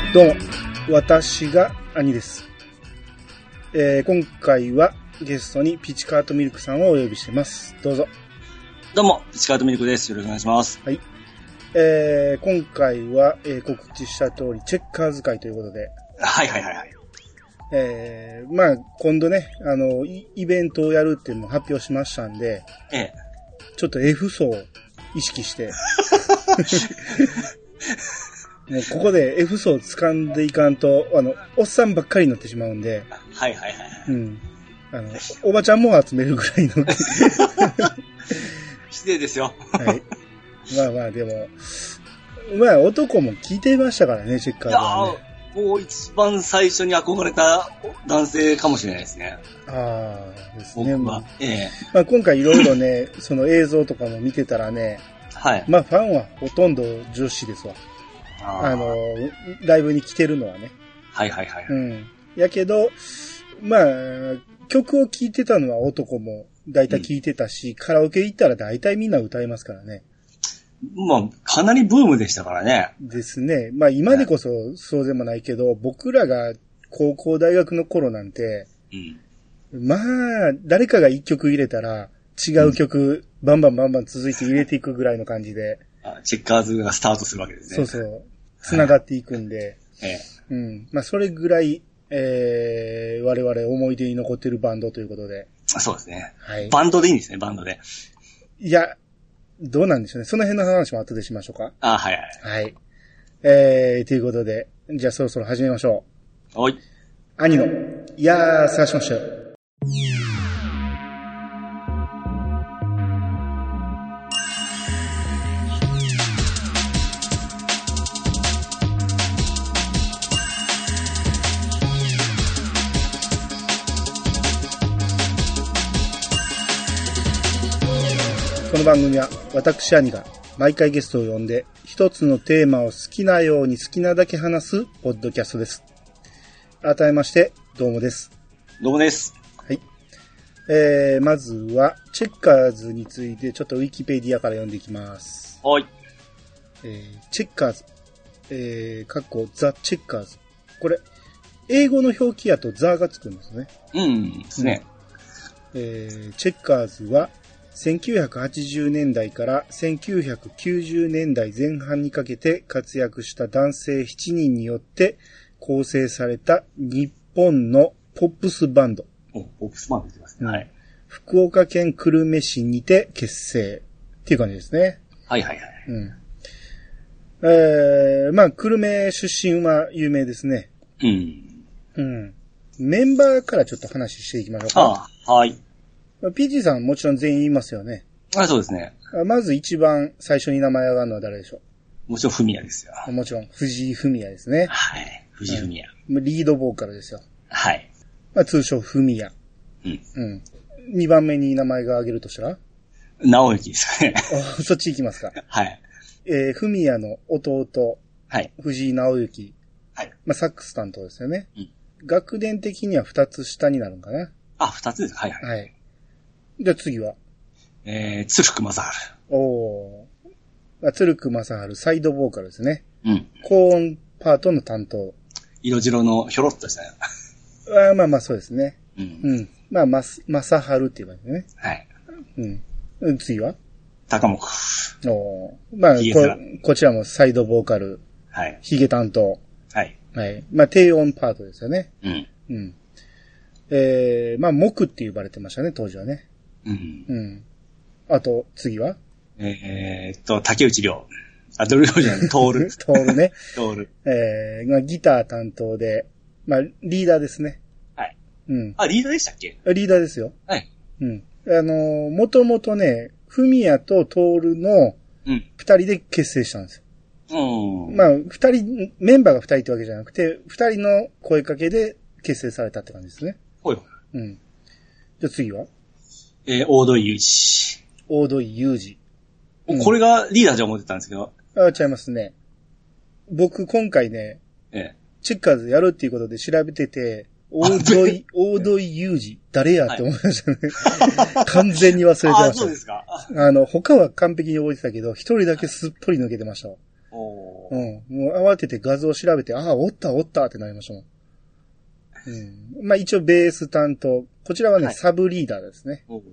どうも、私が兄です。今回はゲストにピチカートミルクさんをお呼びしてます。どうぞ。 どうも、ピチカートミルクです。よろしくお願いします。 はい。今回は、告知した通り、チェッカーズ会ということで。 はいはいはいはい。 まあ、今度ね、イベントをやるっていうのを発表しましたんで、ちょっと F 層を意識して、もうここで F 層を掴んでいかんと、おっさんばっかりになってしまうんで、 はいはいはい。 うん。おばちゃんも集めるぐらいの。 失礼ですよ。 はい。まあまあ、でも、まあ男も聞いていましたからね、チェッカーズはね。 もう一番最初に憧れた男性かもしれないですね。 ああ、ですね。 僕は。 まあ今回いろいろね、その映像とかも見てたらね、 はい。 まあファンはほとんど女子ですわ。ライブに来てるのはね。 はいはいはい。 うん。やけど、まあ、曲を聴いてたのは男も大体聴いてたし、カラオケ行ったら大体みんな歌いますからね。 まあ、かなりブームでしたからね。 ですね。まあ今でこそそうでもないけど、僕らが高校大学の頃なんて、まあ、誰かが一曲入れたら違う曲、バンバン続いて入れていくぐらいの感じで。 チェッカーズがスタートするわけですね。 そうそう。繋がっていくんで。うん。まあそれぐらい、我々思い出に残ってるバンドということで。 そうですね。 はい。 バンドでいいんですね、バンドで。 いや、どうなんでしょうね。その辺の話も後でしましょうか。 はいはい。 はい。ということで、じゃあそろそろ始めましょう。はい。 兄の、いやー、探しましたよ。この番組は私兄が毎回ゲストを呼んで一つのテーマを好きなように好きなだけ話すポッドキャストです。改めましてどうもです。 どうもです。 はい。まずはチェッカーズについてちょっとウィキペディアから読んでいきます。 はい。 チェッカーズ、かっこザ・チェッカーズ。これ英語の表記やとザがつくんですね。 ですね。 チェッカーズは1980年代から1990年代前半にかけて活躍した男性7人によって構成された日本のポップスバンド。 ポップスバンドって言いますね。はい。 福岡県久留米市にて結成っていう感じですね。 はいはいはい。 まあ、久留米出身は有名ですね。メンバーからちょっと話していきましょうか。 はい。 PG さんもちろん全員いますよね。 そうですね。 まず一番最初に名前上がるのは誰でしょう？もちろんフミヤですよ。 もちろん藤井フミヤですね。 はい。藤井フミヤ。 リードボーカルですよ。 はい。 まあ、通称フミヤ。2番目に名前が挙げるとしたら直之ですね。 そっち行きますか。 はい。 フミヤの弟。はい。藤井直之。 はい。 まあ、サックス担当ですよね。学年的には2つ下になるんかな。 2つです。はいはい。 はい。じゃあ次は鶴久正治。鶴久正治、サイドボーカルですね。高音パートの担当。 色白のひょろっとしたよ。 まあそうですね。まあ、正治って言えばいいね。 はい。 次は高木。 まあこちらもサイドボーカル。 はい。 ヒゲ担当。 はい。 はい。まあ低音パートですよね。まあ木って呼ばれてましたね、当時はね。あと、次は竹内涼。ドル涼じゃない、トール。 トールね。 トール。 まあギター担当で、まあリーダーですね。 はい。リーダーでしたっけ？ リーダーですよ。 はい。 もともとね、フミヤとトールの二人で結成したんですよ。まあ、メンバーが二人ってわけじゃなくて、二人の声かけで結成されたって感じですね。 はい。 じゃあ次は大戸井裕二。 大戸井裕二。これがリーダーじゃ思ってたんですけど。 違いますね。僕今回ね、チェッカーズやるっていうことで調べてて、大戸井裕二、誰やって思いましたね。完全に忘れてました。 そうですか。 他は完璧に覚えてたけど、一人だけすっぽり抜けてました。 おー。 もう慌てて画像調べて、おったってなりましたもん。まあ一応ベース担当。こちらはね、 はいサブリーダーですね。 おー。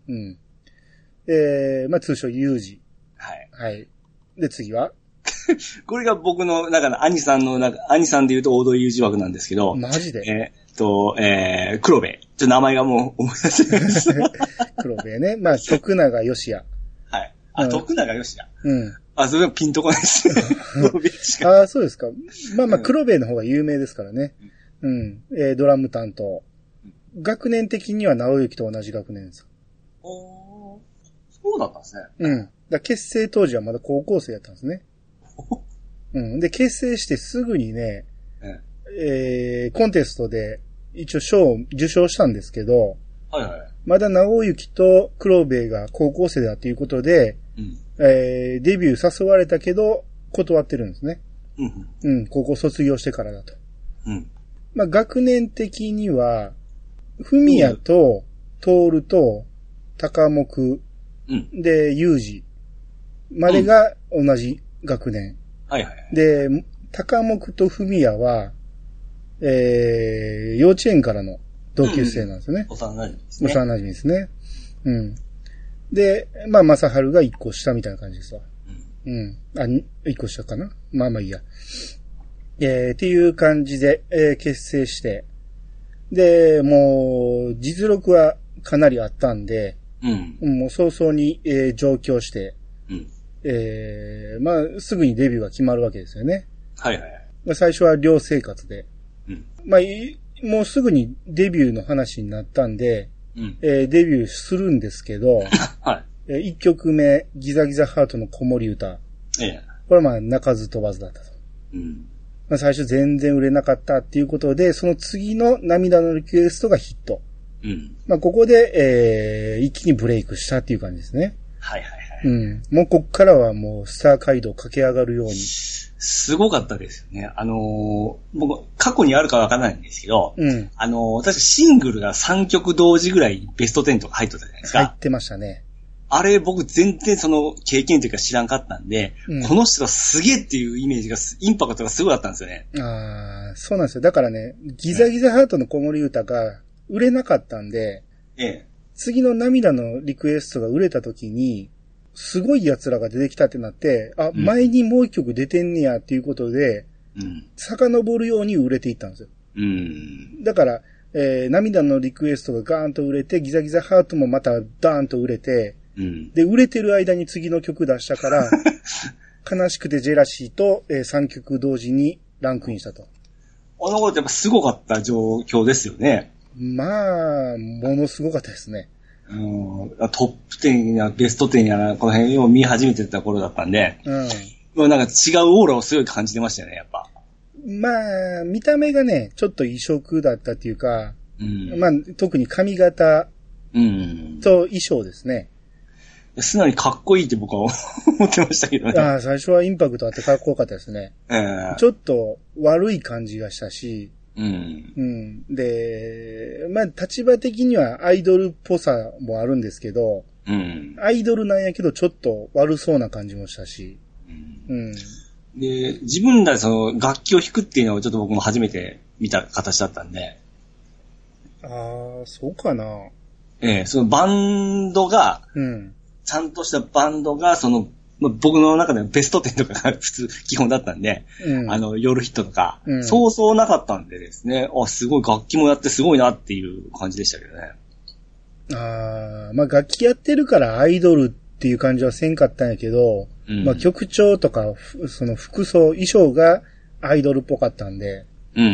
まあ通称ユージ。 はい。 はい。で、次はこれが僕の中の兄さんで言うと大戸裕二枠なんですけど。 マジで黒部。名前がもう思い出せないです。 黒部ね。まあ、徳永義也。 はい。徳永義也。それはピンとこないですね。黒部しか。 そうですか。まあ、黒部の方が有名ですからね。ドラム担当。学年的には直之と同じ学年です。 そうだったんですね。 結成当時はまだ高校生やったんですね。で、結成してすぐにね、コンテストで一応賞を受賞したんですけど、 はいはい。 まだ直之と黒部が高校生だということで、デビュー誘われたけど断ってるんですね。高校卒業してからだと。まあ学年的には、文也と徹と高木で裕二までが同じ学年。で、高木と文也は、幼稚園からの同級生なんですよね。 幼馴染ですね。 幼馴染ですね。で、まあ、正春が一個下みたいな感じですわ。一個下かな？まあまあいいや。っていう感じで、結成して、で、もう、実力はかなりあったんで、もう早々に、上京して、まあ、すぐにデビューが決まるわけですよね。まあ、最初は寮生活で。まあ、もうすぐにデビューの話になったんで、デビューするんですけど、1曲目、ギザギザハートの子守歌。これはまあ、鳴かず飛ばずだったと。まあ、最初全然売れなかったっていうことで、その次の涙のリクエストがヒット。まあ、ここで、一気にブレイクしたっていう感じですね。もうこっからはもうスター街道駆け上がるように。 すごかったですよね。僕、過去にあるかわからないんですけど、確かシングルが3曲同時ぐらいベスト10とか入ってたじゃないですか。 入ってましたね。 あれ僕全然その経験というか知らんかったんで、この人がすげえっていうイメージが、インパクトがすごいあったんですよね。 そうなんですよ。だからね、ギザギザハートの子守歌が売れなかったんで、次の涙のリクエストが売れた時に、すごい奴らが出てきたってなって、前にもう一曲出てんねやっていうことで、遡るように売れていったんですよ。だから、涙のリクエストがガーンと売れて、ギザギザハートもまたダーンと売れて、で、売れてる間に次の曲出したから、悲しくてジェラシーと、3曲同時にランクインしたと。 あの頃ってやっぱすごかった状況ですよね。 まあ、ものすごかったですね。 トップ10やベスト10やら、この辺を見始めてた頃だったんで、もうなんか違うオーラをすごい感じてましたよね、やっぱ。 まあ、見た目がね、ちょっと異色だったっていうか、まあ、特に髪型と衣装ですね。 素直にかっこいいって僕は思ってましたけどね。 最初はインパクトあってかっこよかったですね。ちょっと悪い感じがしたし、で、まあ、立場的にはアイドルっぽさもあるんですけど、アイドルなんやけどちょっと悪そうな感じもしたし、 で、自分らでその楽器を弾くっていうのをちょっと僕も初めて見た形だったんで。 そうかな。 そのバンドが、ちゃんとしたバンドが、その、僕の中でのベスト10とかが普通基本だったんで、夜ヒットとか、そうそうなかったんでですね、すごい楽器もやってすごいなっていう感じでしたけどね。 まあ楽器やってるからアイドルっていう感じはせんかったんやけど、まあ曲調とか、その服装、衣装がアイドルっぽかったんで、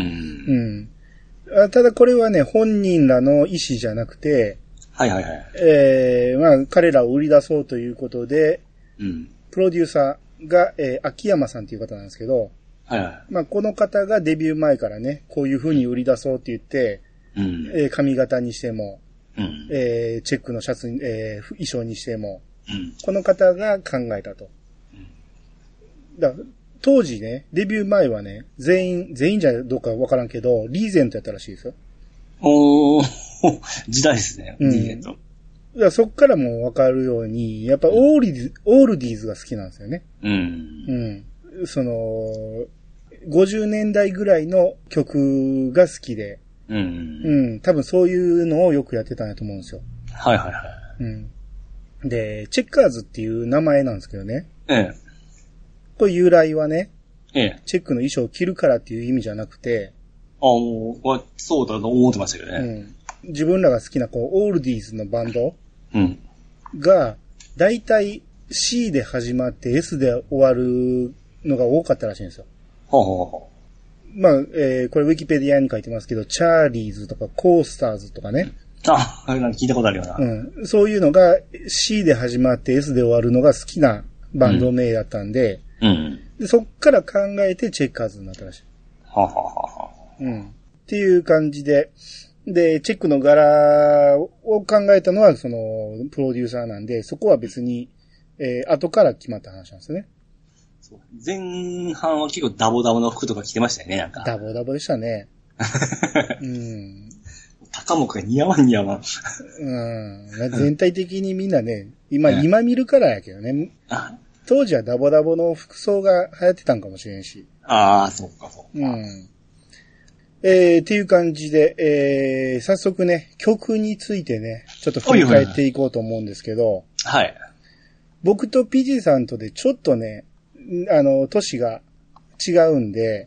ただこれはね、本人らの意思じゃなくて、まあ彼らを売り出そうということで、プロデューサーが、秋山さんという方なんですけど、まあこの方がデビュー前からね、こういう風に売り出そうって言って、髪型にしても、チェックのシャツに、衣装にしても、この方が考えたと。当時ね、デビュー前はね、全員じゃどうかわからんけど、リーゼントやったらしいですよ。 時代ですね、リーゼント。 そっからもわかるように、やっぱオールディーズが好きなんですよね。 その、50年代ぐらいの曲が好きで、多分そういうのをよくやってたんだと思うんですよ。 はいはいはい。 で、チェッカーズっていう名前なんですけどね。これ由来はね、チェックの衣装を着るからっていう意味じゃなくて、 そうだと思ってましたけどね。 自分らが好きなオールディーズのバンドが、だいたい C で始まって S で終わるのが多かったらしいんですよ。まあ、これウィキペディアに書いてますけど、チャーリーズとかコースターズとかね。 なんか聞いたことあるよな。そういうのが C で始まって S で終わるのが好きなバンド名だったんで、でそっから考えてチェッカーズになったらしい。っていう感じで、で、チェックの柄を考えたのはそのプロデューサーなんで、そこは別に、後から決まった話なんですね。 前半は結構ダボダボの服とか着てましたよね、なんか。 ダボダボでしたね。 高木が似合わん。 全体的にみんなね、今見るからやけどね。当時はダボダボの服装が流行ってたんかもしれんし。 そうか。 っていう感じで、早速ね、曲についてね、ちょっと振り返っていこうと思うんですけど、僕とピジさんとでちょっとね、年が違うんで、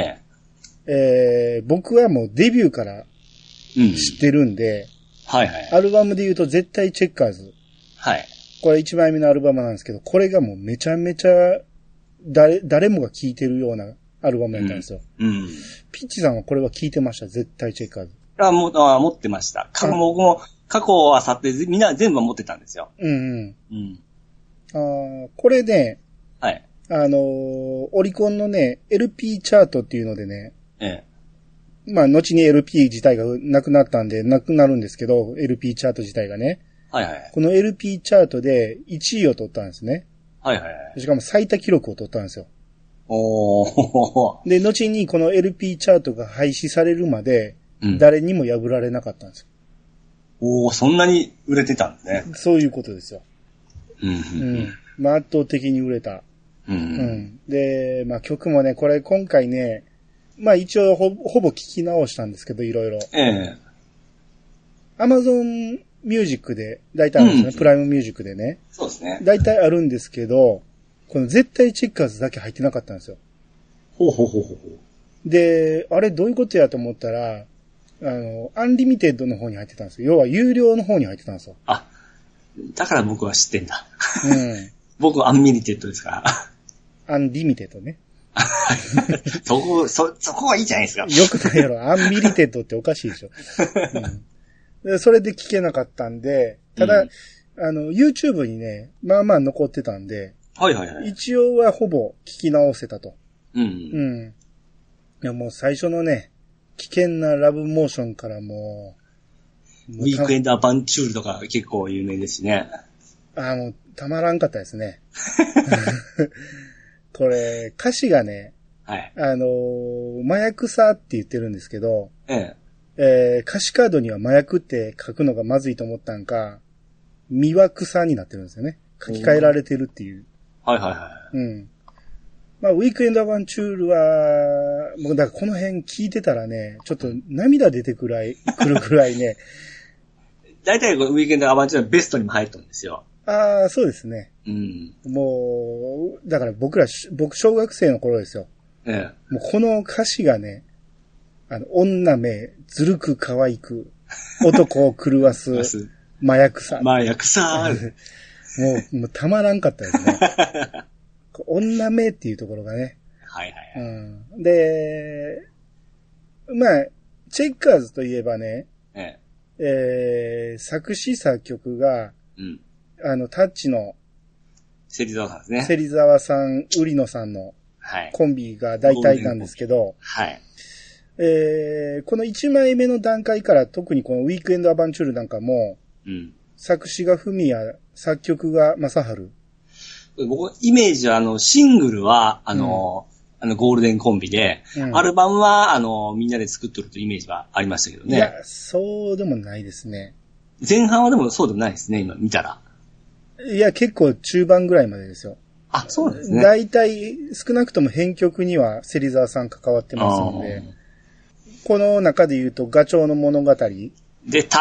僕はもうデビューから知ってるんで、アルバムで言うと絶対チェッカーズ。これ1枚目のアルバムなんですけど、これがもうめちゃめちゃ誰もが聴いてるようなアルバムやったんですよ。ピッチさんはこれは聴いてました、絶対チェッカーズ。 持ってました。僕も過去は去ってみんな全部持ってたんですよ。 これね、オリコンのね、LP チャートっていうのでね、まあ、後に LP 自体がなくなったんで、なくなるんですけど、LP チャート自体がね。この LP チャートで1位を取ったんですね。しかも最多記録を取ったんですよ。で、後にこの LP チャートが廃止されるまで、誰にも破られなかったんですよ。そんなに売れてたんですね。 そういうことですよ。まあ、圧倒的に売れた。で、まあ曲もね、これ今回ね、まあ一応ほぼ聞き直したんですけど、いろいろ。Amazon Music で、だいたいあるんですね、プライムミュージックでね。 そうですね。 だいたいあるんですけど、この絶対チェッカーズだけ入ってなかったんですよ。で、あれどういうことやと思ったら、アンリミテッドの方に入ってたんですよ。要は有料の方に入ってたんですよ。 だから僕は知ってんだ。僕はアンミリテッドですから。 アンリミテッドね。 そこはいいじゃないですか。 よくないやろ。アンミリテッドっておかしいでしょ。でそれで聞けなかったんで、ただ、YouTube にね、まあまあ残ってたんで、一応はほぼ聞き直せたと。いやもう最初のね、危険なラブモーションからもうウィークエンドアバンチュールとか結構有名ですね。 もうたまらんかったですね。これ、歌詞がね、麻薬さって言ってるんですけど、歌詞カードには麻薬って書くのがまずいと思ったんか、魅惑さになってるんですよね。書き換えられてるっていう。まあ、ウィークエンドアバンチュールは、僕、だからこの辺聞いてたらね、ちょっと涙出てくるくらいね。 大体ウィークエンドアバンチュールはベストにも入ったんですよ。 そうですね。もう、だから僕小学生の頃ですよ。もうこの歌詞がね、女名、ずるく可愛く、男を狂わす、麻薬さ。 もうたまらんかったですね。女名っていうところがね。で、まあ、チェッカーズといえばね、作詞作曲が、タッチの、 芹沢さんですね。 芹沢さん、売野さんのコンビが大体なんですけど、この1枚目の段階から特にこのウィークエンドアバンチュールなんかも、作詞がフミヤ、作曲が正春。 僕、イメージはシングルは、ゴールデンコンビで、アルバムは、みんなで作っとるというイメージはありましたけどね。 いや、そうでもないですね。 前半はでもそうでもないですね、今見たら。 いや、結構中盤ぐらいまでですよ。 あ、そうなんですね。 大体、少なくとも編曲には芹沢さん関わってますので、この中で言うと、ガチョウの物語。 出た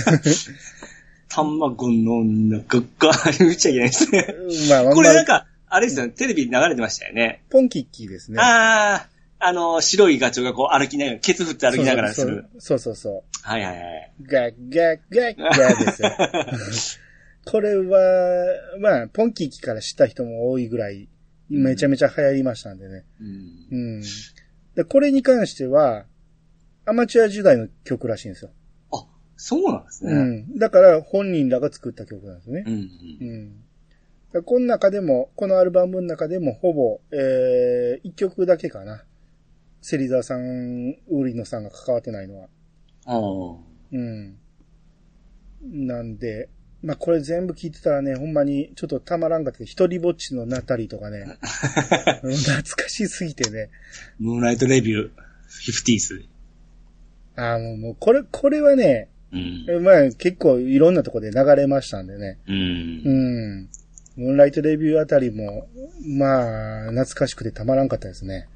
卵の中が言っちゃいけないですね。まあ、これなんか、あれですよね、テレビ流れてましたよね。 ポンキッキーですね。 ああ、白いガチョウがこう歩きながら、ケツ振って歩きながらする。 そうそうそう。 はいはいはい。 ガッガッガッガッですよ。これは、まあ、ポンキッキーから知った人も多いぐらい、めちゃめちゃ流行りましたんでね。うん。で、これに関しては、アマチュア時代の曲らしいんですよ。 あ、そうなんですね。 うん。だから本人らが作った曲なんですね。この中でも、このアルバムの中でもほぼ、一曲だけかな。芹沢さん、売野さんが関わってないのは。なんで、まあ、これ全部聞いてたらね、ほんまにちょっとたまらんかった。一人ぼっちのナタリとかね。懐かしすぎてね。 ムーンライトレビュー、50s。 もう、これはね、まあ、結構いろんなとこで流れましたんでね。ムーンライトレビューあたりも、まあ、懐かしくてたまらんかったですね。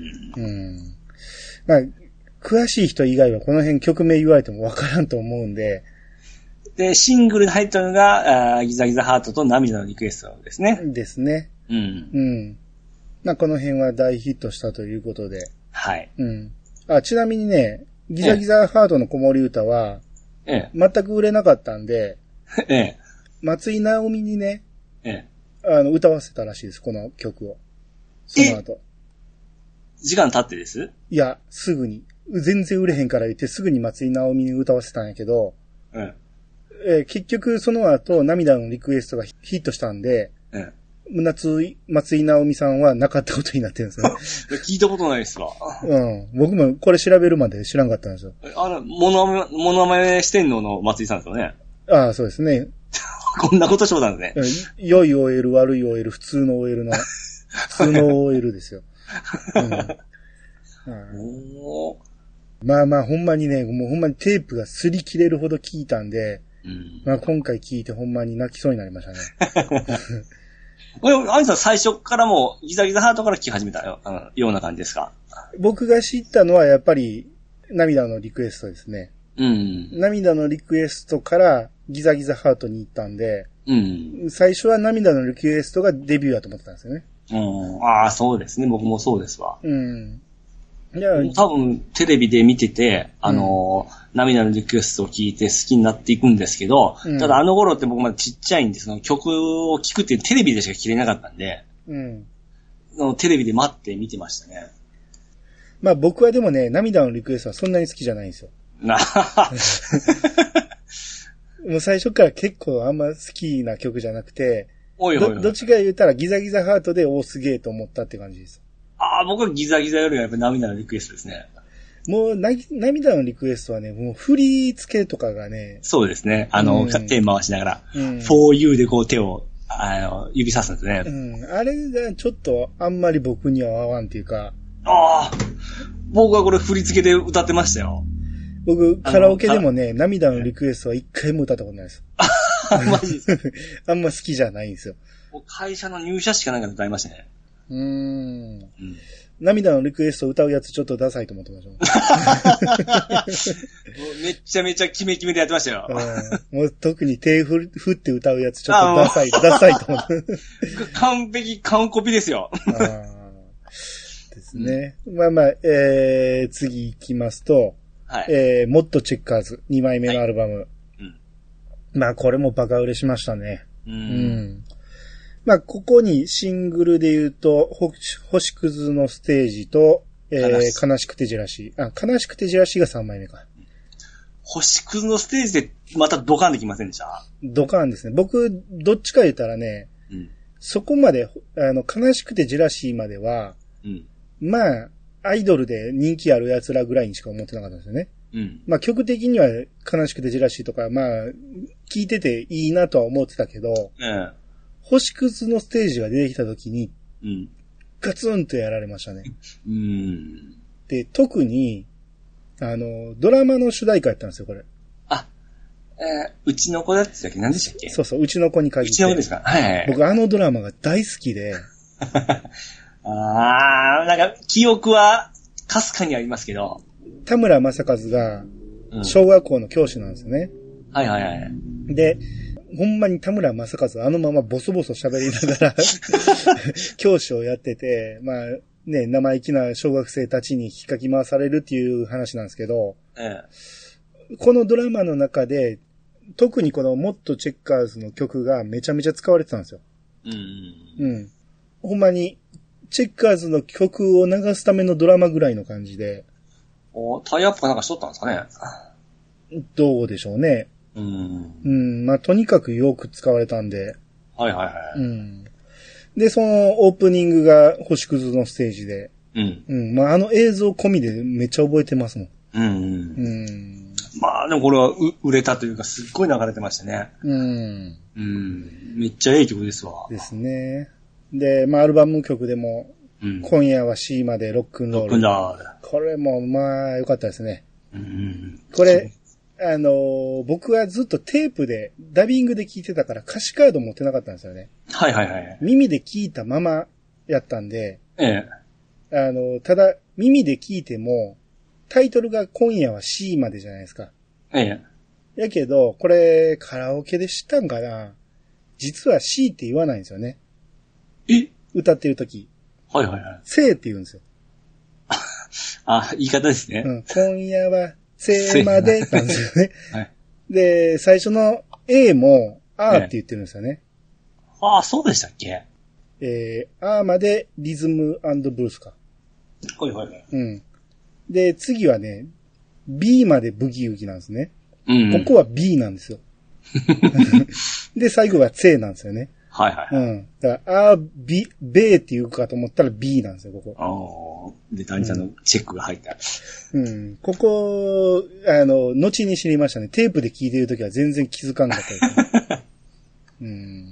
まあ、詳しい人以外はこの辺曲名言われてもわからんと思うんで。 で、シングルに入ったのが、ギザギザハートと涙のリクエストですね。 ですね。まあ、この辺は大ヒットしたということで。 はい。 ちなみにね、ギザギザハートの子守歌は、全く売れなかったんで、松井直美にね、歌わせたらしいです、この曲を。その後。 時間経ってです？ いや、すぐに。全然売れへんから言ってすぐに松井直美に歌わせたんやけど、結局その後涙のリクエストがヒットしたんで、松井直美さんはなかったことになってるんですね。 聞いたことないですわ。 僕もこれ調べるまで知らんかったんですよ。 モノマネしてんの松井さんですよね。 ああ、そうですね。 こんなことしようなんですね。良い OL、悪い OL、普通の OL の、普通の OL ですよ。まあまあ、ほんまにね、もうほんまにテープが擦り切れるほど聞いたんで、まあ今回聞いてほんまに泣きそうになりましたね。 これ、アニさん最初からもうギザギザハートから聴き始めたような感じですか？ 僕が知ったのはやっぱり涙のリクエストですね。涙のリクエストからギザギザハートに行ったんで、最初は涙のリクエストがデビューだと思ってたんですよね。 ああ、そうですね。僕もそうですわ。 いや多分、テレビで見てて、涙のリクエストを聞いて好きになっていくんですけど、ただあの頃って僕まだちっちゃいんで、その曲を聴くってテレビでしか聴れなかったんで、テレビで待って見てましたね。 まあ僕はでもね、涙のリクエストはそんなに好きじゃないんですよ。もう最初から結構あんま好きな曲じゃなくて、どっちか言ったらギザギザハートですげえと思ったって感じです。 僕はギザギザよりはやっぱ涙のリクエストですね。 もう涙のリクエストはね、もう振り付けとかがね。 そうですね。手回しながら、for you でこう手を、指さすんですね。 あれがちょっとあんまり僕には合わんっていうか。 僕はこれ振り付けで歌ってましたよ。 僕、カラオケでもね、涙のリクエストは一回も歌ったことないです。 マジですか？ あんま好きじゃないんですよ。 会社の入社式かなんかで歌いましたね。 涙のリクエストを歌うやつちょっとダサいと思ってましためちゃめちゃキメキメでやってましたよ。 もう特に手振って歌うやつちょっとダサいと思って。 完璧、完コピですよ。 ですね。まあまあ、次行きますと、もっとチェッカーズ、2枚目のアルバム。まあこれもバカ売れしましたね。まあ、ここにシングルで言うと、星屑のステージと、悲しくてジェラシー。悲しくてジェラシーが3枚目か。 星屑のステージでまたドカンできませんでした？ ドカンですね。僕、どっちか言ったらね、そこまで、悲しくてジェラシーまでは、まあ、アイドルで人気ある奴らぐらいにしか思ってなかったんですよね。まあ、曲的には悲しくてジェラシーとか、まあ、聞いてていいなとは思ってたけど、星屑のステージが出てきたときに、ガツンとやられましたね。で、特に、ドラマの主題歌やったんですよ、これ。 うちの子だったっけ？何でしたっけ？ そうそう、うちの子に限って。 うちの子ですか？はい。 僕あのドラマが大好きで。 なんか、記憶は、かすかにありますけど。 田村正和が、小学校の教師なんですよね。 はいはいはい。 で、ほんまに田村正和あのままボソボソ喋りながら、教師をやってて、まあね、生意気な小学生たちに引っかき回されるっていう話なんですけど、このドラマの中で、特にこのモッドチェッカーズの曲がめちゃめちゃ使われてたんですよ。ほんまに、チェッカーズの曲を流すためのドラマぐらいの感じで。 タイアップかなんかしとったんですかね？ どうでしょうね。まあ、とにかくよく使われたんで。 はいはいはい。 で、そのオープニングが星屑のステージで。まあ、あの映像込みでめっちゃ覚えてますもん。まあ、でもこれは売れたというか、すっごい流れてましたね。めっちゃいい曲ですわ。 ですね。で、まあ、アルバム曲でも、今夜は C までロックンロール。 ロックンロール。 これも、まあ、良かったですね。これ、僕はずっとテープで、ダビングで聴いてたから歌詞カード持ってなかったんですよね。 はいはいはい。 耳で聴いたままやったんで、ただ、耳で聴いても、タイトルが今夜は C までじゃないですか。やけど、これ、カラオケで知ったんかな？実は C って言わないんですよね。歌ってるとき。 はいはいはい。 せーって言うんですよ。 言い方ですね。 今夜はせーまでなんですよね。で、最初の A も、って言ってるんですよね。 そうでしたっけ？ までリズム&ブルースか。 はいはいはい。 で、次はね、B までブギウギなんですね。ここは B なんですよ。で、最後はセーなんですよね。 はいはい。 だから、B、ベーって言うかと思ったら B なんですよ、ここ。 で、谷さんのチェックが入った。 ここ、後に知りましたね。テープで聞いてるときは全然気づかんかったです、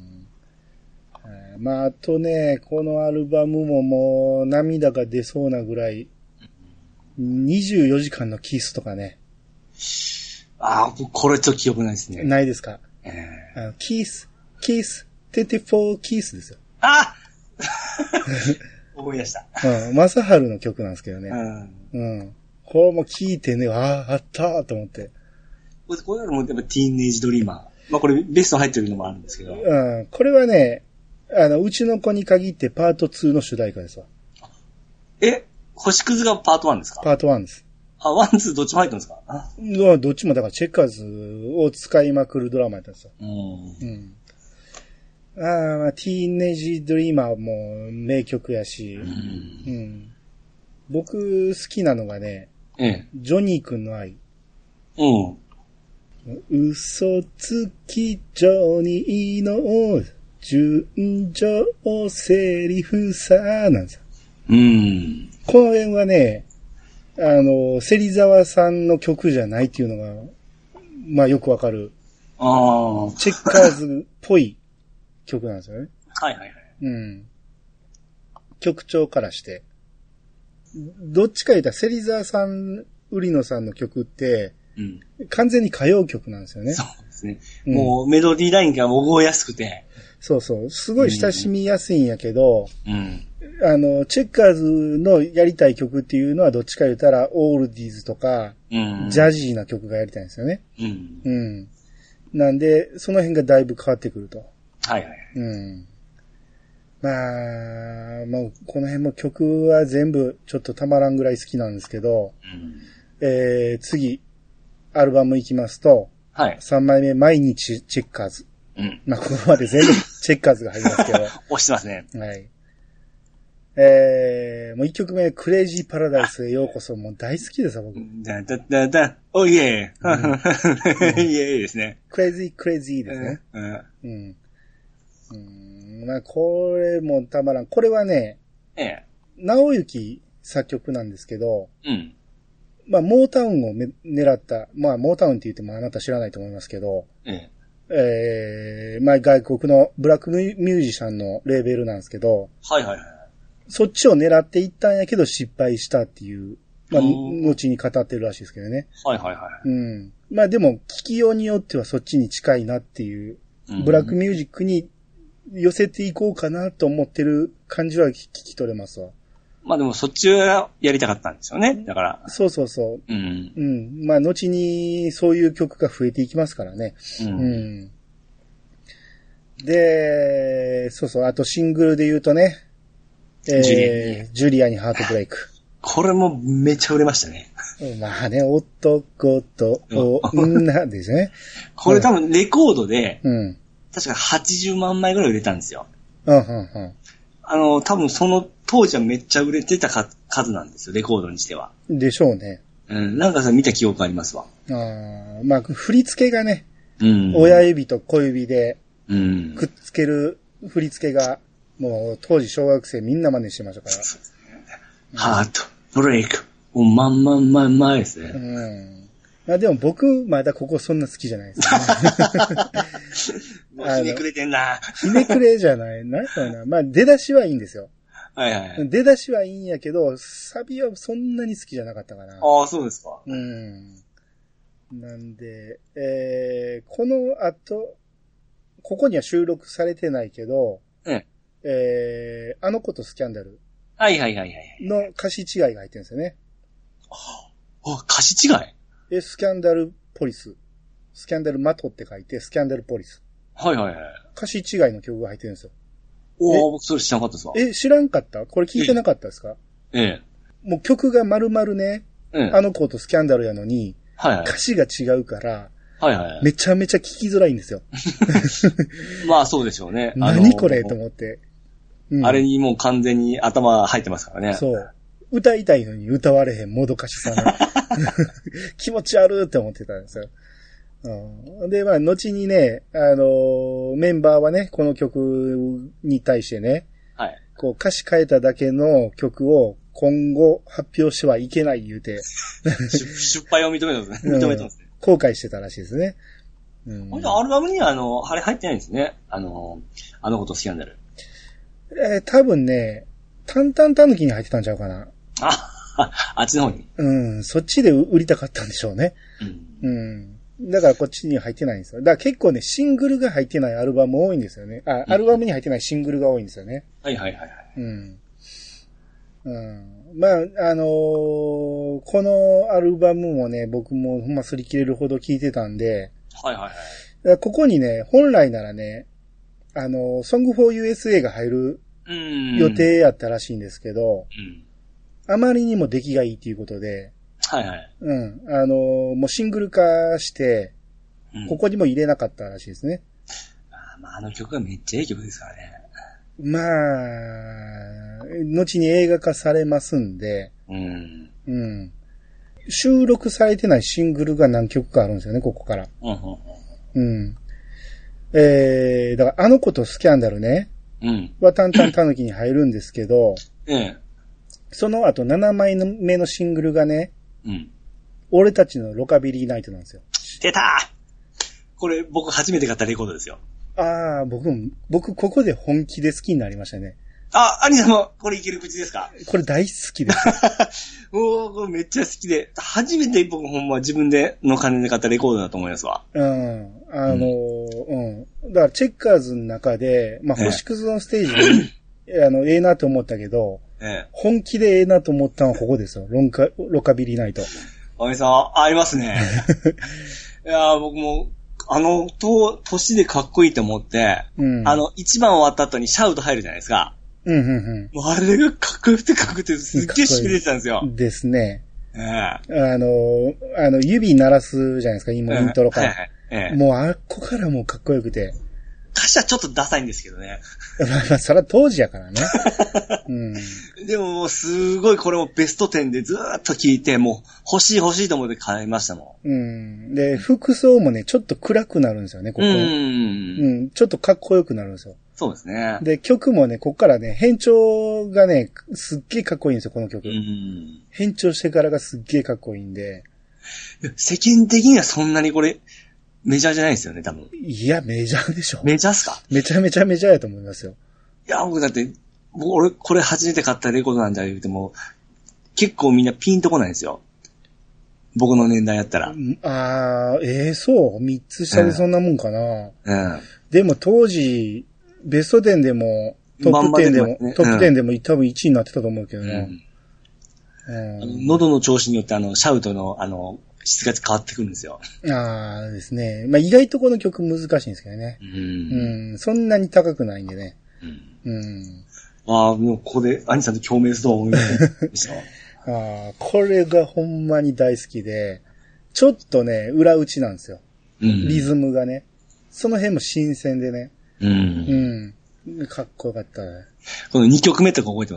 まあ、あとね、このアルバムももう涙が出そうなぐらい、24時間のキスとかね。 これちょっと記憶ないですね。 ないですか？キス、24キスですよ。 思い出した。 マサハルの曲なんですけどね。これも聞いてね、あったーと思って。 これもやっぱティーンエイジドリーマー。まあこれベスト入ってるのもあるんですけど。 これはね、うちの子に限ってパート2の主題歌ですわ。 星屑がパート1ですか？ パート1です。 ワン、ツーどっちも入ってるんですか？ どっちもだからチェッカーズを使いまくるドラマやったんですよ。まあ、ティーンエイジドリーマーも名曲やし、僕好きなのがね、ジョニー君の愛。嘘つきジョニーの純情セリフさなんですよ。この辺はね、芹沢さんの曲じゃないっていうのが、まあよくわかる。チェッカーズっぽい曲なんですよね。 はいはいはい。 曲調からして。どっちか言ったら芹沢さん、売野さんの曲って、完全に歌謡曲なんですよね。 そうですね。もうメロディーラインが覚えやすくて。 そうそう。すごい親しみやすいんやけど、チェッカーズのやりたい曲っていうのはどっちか言ったら、オールディーズとか、ジャジーな曲がやりたいんですよね。なんで、その辺がだいぶ変わってくると。 はいはい。 まあ、もうこの辺も曲は全部ちょっとたまらんぐらい好きなんですけど、次、アルバム行きますと、3枚目、毎日チェッカーズ。まあ、ここまで全部チェッカーズが入りますけど。 押してますね。 はい。もう1曲目、クレイジーパラダイスへようこそ。もう大好きですよ、僕。 おいえー。イエーイですね。 クレイジーですね。まあ、これもたまらん。これはね、直行作曲なんですけど、まあ、モータウンを狙った、まあ、モータウンって言ってもあなた知らないと思いますけど、まあ、外国のブラックミュージシャンのレーベルなんですけど、そっちを狙っていったんやけど失敗したっていうまあ、後に語ってるらしいですけどね。 はいはいはい。 うん。まあでも、聞きようによってはそっちに近いなっていう、ブラックミュージックに寄せていこうかなと思ってる感じは聞き取れますわ。 まあでもそっちはやりたかったんですよね。だから。 そうそうそう。 うん。 うん。まあ後にそういう曲が増えていきますからね。うん。うん、で、そうそう。あとシングルで言うとね。ジュリアにハートブレイク。 これもめっちゃ売れましたね。 まあね、男と女ですね。 これ多分レコードで、確か80万枚ぐらい売れたんですよ。多分その当時はめっちゃ売れてた数なんですよ、レコードにしては。 でしょうね。 なんかさ、見た記憶ありますわ。 まあ、振り付けがね、親指と小指で、くっつける振り付けが、もう当時小学生みんな真似してましたから。 ハートブレイク。まんですね。 まあでも僕、まだここそんな好きじゃないですね。ひねくれてんな。 ひねくれじゃない。なんかな。まあ出だしはいいんですよ。 はいはい。 出だしはいいんやけど、サビはそんなに好きじゃなかったかな。 ああ、そうですか。 なんで、この後、ここには収録されてないけど、あの子とスキャンダル。 はい。 の歌詞違いが入ってるんですよね。 歌詞違い？ スキャンダルポリス。スキャンダルマトって書いて、スキャンダルポリス。 はい。 歌詞違いの曲が入ってるんですよ。 僕それ知らなかったですわ。 知らんかった？これ聞いてなかったですか？もう曲が丸々ね、あの子とスキャンダルやのに、歌詞が違うから、めちゃめちゃ聞きづらいんですよ。 まあそうでしょうね。 何これと思って。 あれにもう完全に頭入ってますからね。 そう。歌いたいのに歌われへんもどかしさが。気持ち悪いって思ってたんですよ。で、まあ、後にね、メンバーはね、この曲に対してね、こう歌詞変えただけの曲を今後発表してはいけない言うて。 失敗を認めてますね。認めてますね。 後悔してたらしいですね。 アルバムにはあれ入ってないんですね。あの子とスキャンダル。 多分ね、タンタンタヌキに入ってたんちゃうかな。 あっちの方に。 そっちで売りたかったんでしょうね。だからこっちに入ってないんですよ。だから結構ね、シングルが入ってないアルバム多いんですよね。アルバムに入ってないシングルが多いんですよね。 はい。 まあ、このアルバムもね、僕もほんますり切れるほど聞いてたんで、ここにね、本来ならね、Song for USA が入る予定やったらしいんですけど、あまりにも出来がいいということで、もうシングル化して、ここにも入れなかったらしいですね。 あの曲がめっちゃいい曲ですからね。 まあ、後に映画化されますんで、収録されてないシングルが何曲かあるんですよね、ここから。だからあの子とスキャンダルね、はタンタンタヌキに入るんですけど、その後7枚目のシングルがね、俺たちのロカビリーナイトなんですよ。 出た！これ僕初めて買ったレコードですよ。 僕ここで本気で好きになりましたね。 アニさんもこれいける口ですか？ これ大好きです。 これめっちゃ好きで、初めて僕ほんま自分での金で買ったレコードだと思いますわ。 だからチェッカーズの中で、まあ、星屑のステージに、ええなと思ったけど、本気でええなと思ったのはここですよ。ロカビリーナイト。 おみさん、合いますね。いや僕も、年でかっこいいと思って、一番終わった後にシャウト入るじゃないですか。あれがかっこよくてすっげえ痺れてたんですよ。 ですね。指鳴らすじゃないですか、今イントロから。もうあっこからもうかっこよくて。 歌詞はちょっとダサいんですけどね。 まあ、それは当時やからね。 でももうすごいこれもベスト10でずーっと聴いて、もう欲しいと思って買いましたもん。で、服装もね、ちょっと暗くなるんですよね、ここ。ちょっとかっこよくなるんですよ。 そうですね。 で、曲もね、こっからね、変調がね、すっげえかっこいいんですよ、この曲。変調してからがすっげえかっこいいんで。 世間的にはそんなにこれ、メジャーじゃないですよね、多分。 いや、メジャーでしょ。 メジャーっすか？ めちゃめちゃメジャーやと思いますよ。 いや、僕だって、俺、これ初めて買ったレコードなんだ言うても、 結構みんなピンとこないんですよ。僕の年代やったら。 そう ?3 つ下でそんなもんかな。でも当時、ベスト10でも、トップ10でも、トップ10でも多分1位になってたと思うけどな。 喉の調子によってシャウトの質が変わってくるんですよ。 ですね。まあ意外とこの曲難しいんですけどね。そんなに高くないんでね。 もうここで兄さんと共鳴すると思いました。 これがほんまに大好きで、ちょっとね、裏打ちなんですよ。リズムがね。その辺も新鮮でね。かっこよかった。 この2曲目とか覚えてます？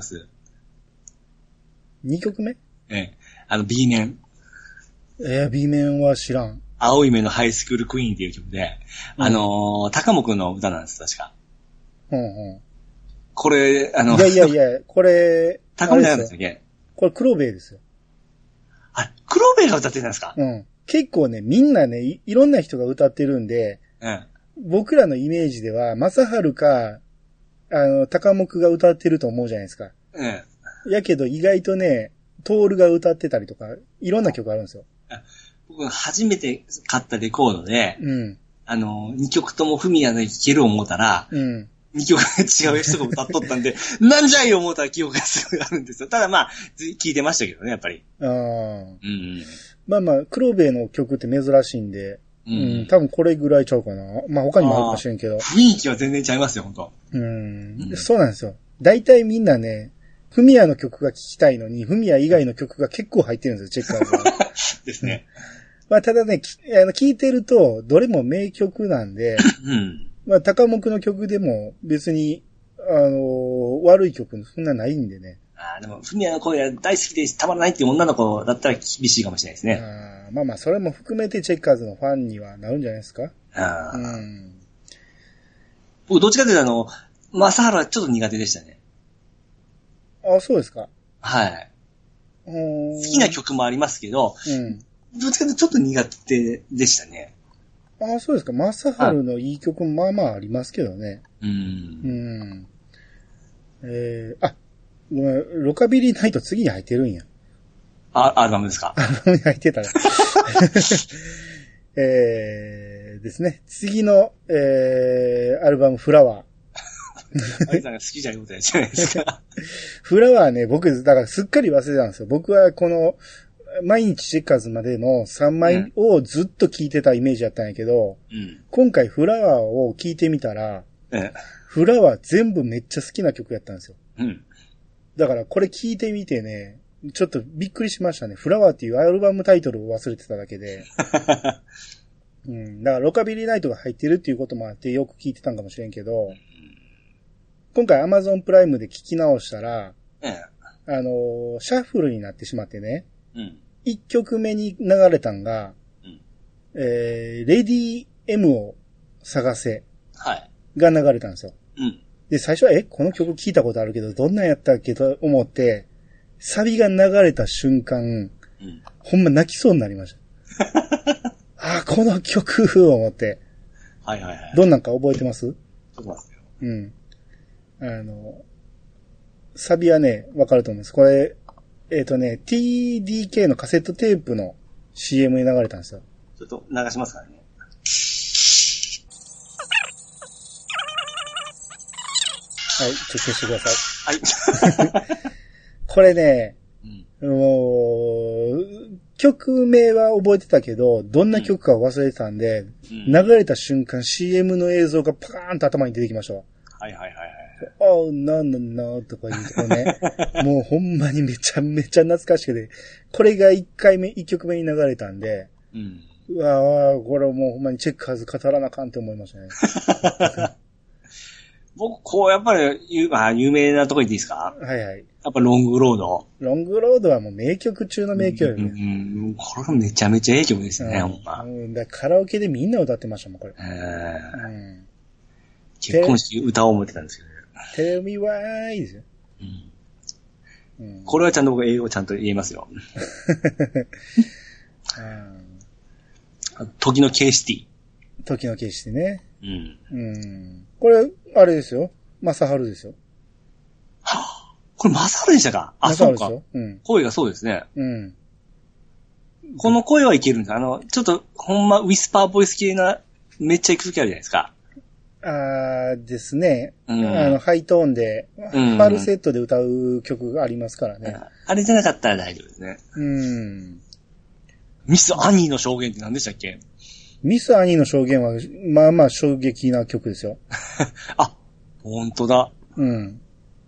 2 曲目？ B 面。 B 面は知らん。 青い目のハイスクールクイーンっていう曲で、高本の歌なんです、確か。これ、 いや、これ、 高本じゃないんですよね。 これ、黒ベイですよ。 黒ベイが歌ってたんですか？ 結構ね、みんなね、いろんな人が歌ってるんで、僕らのイメージでは、正春か、高木が歌ってると思うじゃないですか。やけど意外とね、トールが歌ってたりとか、いろんな曲あるんですよ。 僕初めて買ったレコードで、2曲ともフミヤの聴ける思ったら、2曲違う人が歌っとったんで、なんじゃい思った記憶がすごいあるんですよ。ただまあ、聴いてましたけどね、やっぱり。まあ、黒部の曲って珍しいんで、多分これぐらいちゃうかな。まあ他にもあるかもしれんけど。 雰囲気は全然ちゃいますよ、本当。 そうなんですよ。大体みんなね、フミヤの曲が聴きたいのに、フミヤ以外の曲が結構入ってるんですよ、チェッカーズは。 ですね。 まあただね、聴いてると、どれも名曲なんで、まあ高木の曲でも別に、悪い曲そんなないんでね。 でも、フミヤの声が大好きでたまらないっていう女の子だったら厳しいかもしれないですね。 まあまあ、それも含めてチェッカーズのファンにはなるんじゃないですか。 僕、どっちかというと正原はちょっと苦手でしたね。 そうですか。 はい。好きな曲もありますけど、どっちかというとちょっと苦手でしたね。 そうですか。正春のいい曲もまあまあありますけどね。ロカビリーナイト次に入ってるんや。 アルバムですか？ アルバムに入ってたら。ですね。次の、アルバムフラワー。 アリさんが好きじゃないことやじゃないですか。 フラワーね、僕、だからすっかり忘れてたんですよ。僕はこの、毎日チェッカーズまでの3枚をずっと聴いてたイメージだったんやけど、今回フラワーを聴いてみたら、フラワー全部めっちゃ好きな曲やったんですよ。だからこれ聴いてみてね、ちょっとびっくりしましたね。フラワーっていうアルバムタイトルを忘れてただけで。だからロカビリーナイトが入ってるっていうこともあってよく聴いてたんかもしれんけど、今回 Amazon プライムで聴き直したら、シャッフルになってしまってね、1曲目に流れたんが、レディ M を探せが流れたんですよ。で、最初はこの曲聴いたことあるけど、どんなんやったっけと思って、サビが流れた瞬間、ほんま泣きそうになりました。この曲を思って。どんなんか覚えてます？ 覚えてますよ。 サビはね、わかると思います。これ、TDK のカセットテープの CM に流れたんですよ。 ちょっと流しますからね。 はい、消してください。はい。 これね、もう、曲名は覚えてたけど、どんな曲か忘れてたんで、流れた瞬間 CM の映像がパカーンと頭に出てきましたわ。no とか言うとこね。もうほんまにめちゃめちゃ懐かしくて、これが1曲目に流れたんで、うわぁ、これもうほんまにチェッカーズ語らなあかんって思いましたね。 僕、やっぱり有名なとこ言っていいですか？やっぱロングロード。 ロングロードはもう名曲中の名曲よね。 これがめちゃめちゃいい曲ですね、ほんま。 だカラオケでみんな歌ってましたもん、これ。 結婚式歌おう思ってたんですけどね。 Tell me why ですよ。 これはちゃんと僕英語ちゃんと言えますよ。時のケイシティ。 時のケイシティね。これ、あれですよ。正春ですよ。 これマサハルでしたか？あ、そうか。 うん。 声がそうですね。 うん。 この声はいけるんです。ちょっと、ほんま、ウィスパーボイス系な、めっちゃ行くときあるじゃないですか。 ですね。 うん、 ハイトーンで、ファルセットで歌う曲がありますからね。 あれじゃなかったら大丈夫ですね。ミス・アニーの証言って何でしたっけ？ ミス・アニーの証言は、まあまあ衝撃な曲ですよ。 あ、ほんとだ。 うん。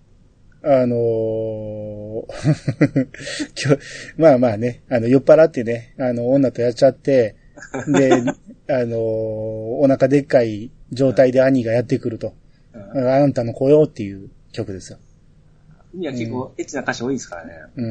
まあまあね、酔っ払ってね、女とやっちゃって、で、お腹でっかい状態で兄がやってくると。あんたの子よっていう曲ですよ。 いや、結構エッチな歌詞多いですからね。 うん。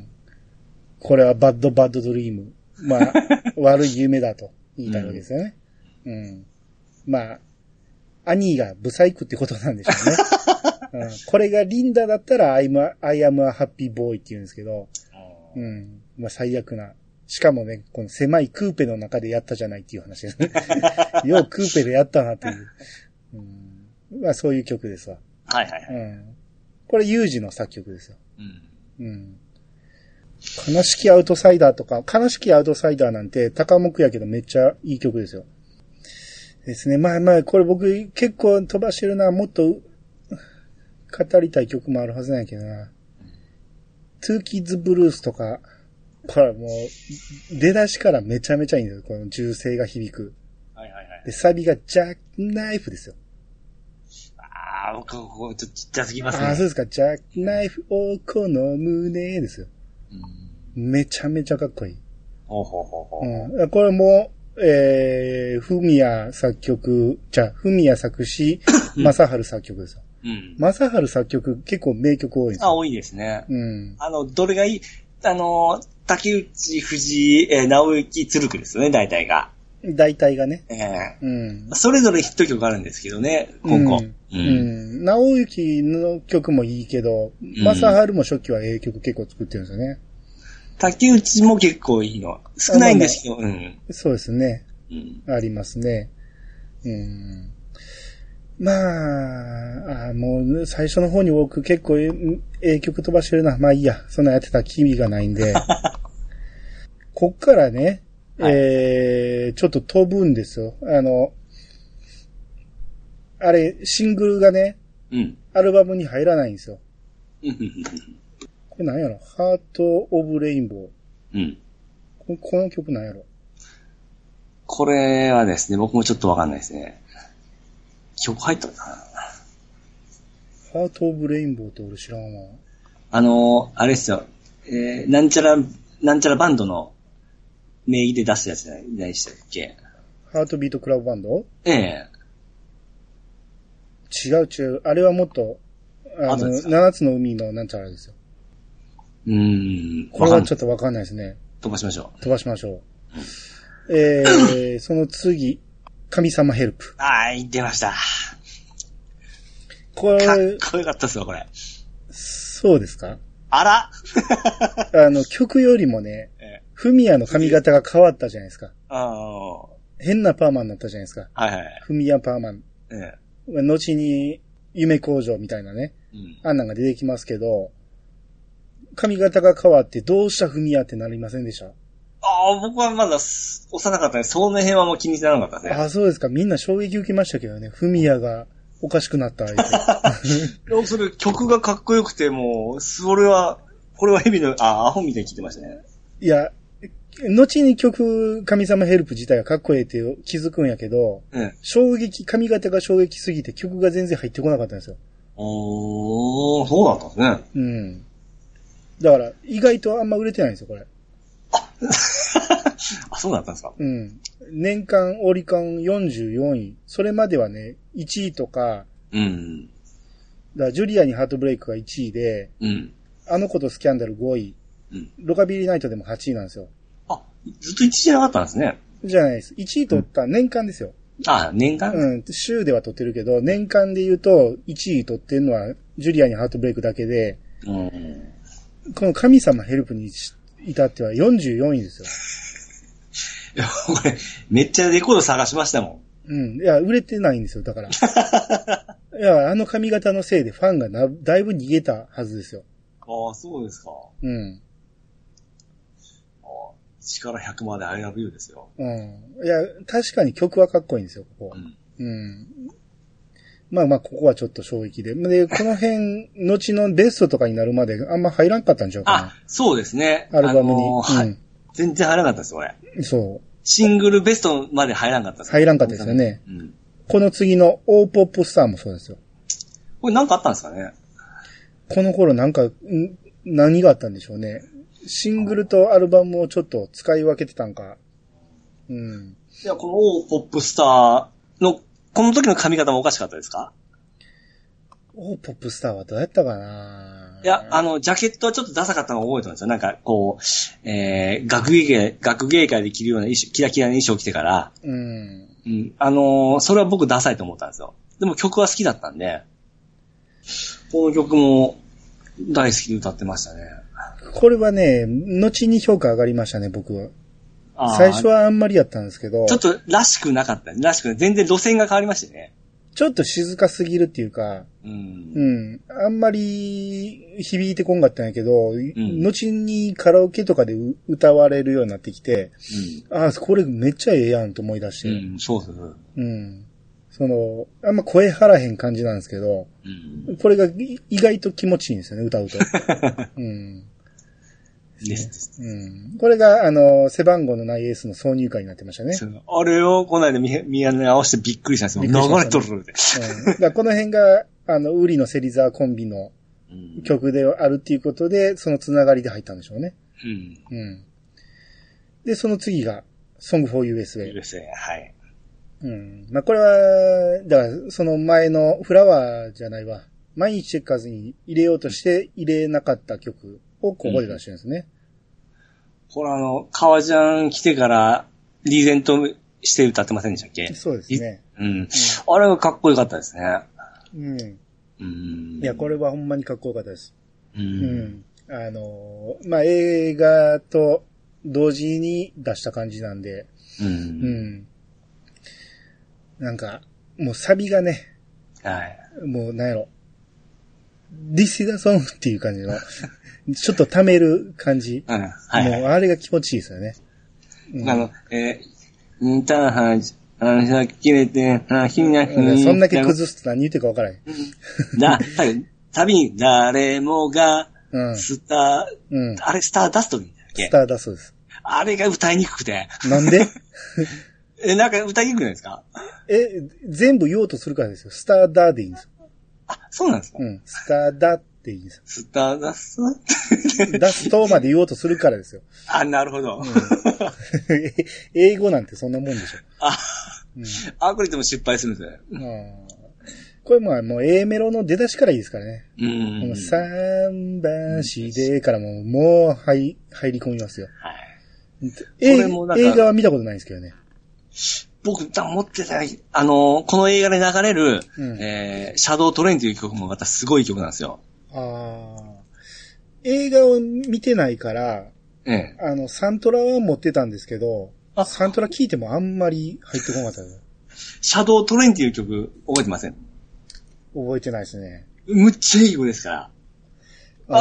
これはバッドバッドドリーム。まあ、悪い夢だと言いたいわけですよね。うん。まあ、兄がブサイクってことなんでしょうね。うん、これがリンダだったら I am a happy boy って言うんですけど、うん。まあ最悪な。しかもね、この狭いクーペの中でやったじゃないっていう話ですね。ようクーペでやったなっていう。うん、まあそういう曲ですわ。 はいはいはい。 うん、これユージの作曲ですよ。 うん。 うん。悲しきアウトサイダーとか、悲しきアウトサイダーなんて高目やけどめっちゃいい曲ですよ。ですね。まあまあ、これ僕結構飛ばしてるな。もっと語りたい曲もあるはずなんやけどな。トゥーキッズブルースとか、これもう、出だしからめちゃめちゃいいんですよ。この銃声が響く。 はいはいはい。 で、サビがジャックナイフですよ。 僕、ここちょっとちっちゃすぎますね。 そうですか。ジャックナイフをこの胸ですよ。めちゃめちゃかっこいい。 ほうほうほうほう。 うん。これも、フミヤ作曲、フミヤ作詞、マサハル作曲ですよ。 うん。 マサハル作曲結構名曲多いですよ。 多いですね。 うん。 どれがいい竹内、藤井、直行、鶴久ですよね、大体が。 大体がね。 うん。それぞれヒット曲あるんですけどね、今後。 うん。直行の曲もいいけど、マサハルも初期は曲結構作ってるんですよね。 竹内も結構いいの。少ないんですけど、うん。 そうですね。ありますね。まあ、もう最初の方に多く結構曲飛ばしてるな。まあいいや。そんなやってたらキリがないんで。こっからね、はい、ちょっと飛ぶんですよ。あれ、シングルがね、アルバムに入らないんですよ。これ何やろ？ハート・オブ・レインボー。この曲何やろ？ これはですね、僕もちょっとわかんないですね。曲入ったのかな？ ハート・オブ・レインボーって俺知らんわ。 あれですよ。なんちゃらバンドの名義で出すやつじゃないでしたっけ？ ハートビートクラブバンド？違う。あれはもっと、7つの海のなんちゃらですよ。これはちょっとわかんないですね。 飛ばしましょう。その次、神様ヘルプ。 出ました。 これ、 かっこよかったっすよ、これ。 そうですか？ あら曲よりもね、フミヤの髪型が変わったじゃないですか。変なパーマになったじゃないですか。フミヤパーマン。後に、夢工場みたいなね。あんなんが出てきますけど、髪型が変わってどうしたフミヤってなりませんでした？ 僕はまだ幼かったね。その辺はもう気にならなかったね。 そうですか。みんな衝撃受けましたけどね。フミヤがおかしくなった相手。それ曲がかっこよくて、もう、これはヘビの、アホみたいに聞いてましたね。 いや、後に曲、神様ヘルプ自体はかっこええって気づくんやけど、髪型が衝撃すぎて曲が全然入ってこなかったんですよ。 そうだったんですね。だから、意外とあんま売れてないんですよ、これ。 そうだったんですか？ 年間オリカン44位。それまではね、1位とか、だからジュリアにハートブレイクが1位で、あの子とスキャンダル5位、ロカビリーナイトでも8位なんですよ。 ずっと1位じゃなかったんですね。 じゃないです。1位取った年間ですよ。 年間？ 週では取ってるけど、年間で言うと1位取ってるのはジュリアにハートブレイクだけで、この神様ヘルプに至っては44位ですよ。 いや、これ、めっちゃレコード探しましたもん。いや、売れてないんですよ、だから。いや、あの髪型のせいでファンがだいぶ逃げたはずですよ。 ああ、そうですか。 うん。 力100まで I love you ですよ。 うん。いや、確かに曲はかっこいいんですよ、ここ。うん。うん。まあまあ、ここはちょっと衝撃で。で、この辺、後のベストとかになるまであんま入らんかったんちゃうかな。 あ、そうですね。 アルバムに。 はい。全然入らなかったですよ、俺。 そう。 シングルベストまで入らなかったです。 入らんかったですよね。うん。この次のオーポップスターもそうですよ。 これなんかあったんですかね？ この頃なんか、何があったんでしょうね。シングルとアルバムをちょっと使い分けてたんか。うん。 いや、このオーポップスターの、この時の髪型もおかしかったですか？ オーポップスターはどうやったかな？ いや、ジャケットはちょっとダサかったのを覚えてますよ。なんか、こう、学芸会で着るような衣装、キラキラな衣装を着てから、うん。うん。それは僕ダサいと思ったんですよ。でも曲は好きだったんで、この曲も大好きで歌ってましたね。 これはね、後に評価上がりましたね、僕は。最初はあんまりやったんですけど。 ちょっとらしくなかったね。らしくない。全然路線が変わりましてね。 ちょっと静かすぎるっていうか、うん。あんまり響いてこんかったんやけど、後にカラオケとかで歌われるようになってきて、ああ、これめっちゃええやんと思い出して。 そうそう。 あんま声張らへん感じなんですけど、これが意外と気持ちいいんですよね、歌うと。これが、背番号のないエースの挿入歌になってましたね。 あれを、この間宮根に合わせてびっくりしたんですよ。流れとるで。この辺が、ウリの芹沢コンビの曲であるっていうことで、そのつながりで入ったんでしょうね。で、その次が、Song for USA。 USA、はい。 まあ、これは、だから、その前のフラワーじゃないわ。毎日チェッカーズに入れようとして入れなかった曲をここで出してるんですね。 これ革ジャン来てからリーゼントして歌ってませんでしたっけ？ そうですね。 あれがかっこよかったですね。 いや、これはほんまにかっこよかったです。まあ、映画と同時に出した感じなんで、なんか、もうサビがね、もうなんやろ、This is a song っていう感じの、ちょっと溜める感じ。もうあれが気持ちいいですよね。 インターハイ、切れて、 そんだけ崩すと何言ってるか分からへん。 旅に誰もが、スターダストでいいんだっけ？ スターダストです。 あれが歌いにくくて。 なんで？ なんか歌いにくくないですか？ 全部言おうとするからですよ。スターダーでいいんですよ。 あ、そうなんですか？ スターダっていいんですよ。 スターダストダストまで言おうとするからですよ。 あ、なるほど。 英語なんてそんなもんでしょ。 アクリでも失敗するんですね。これもう A メロの出だしからいいですからね。桟橋でからもう入り込みますよ。映画は見たことないんですけどね。 僕、思ってた、この映画で流れる、シャドウトレインという曲もまたすごい曲なんですよ。 映画を見てないから、サントラは持ってたんですけど、サントラ聞いてもあんまり入ってこなかったです。 シャドウトレインという曲、覚えてません？ 覚えてないですね。 むっちゃいい曲ですから。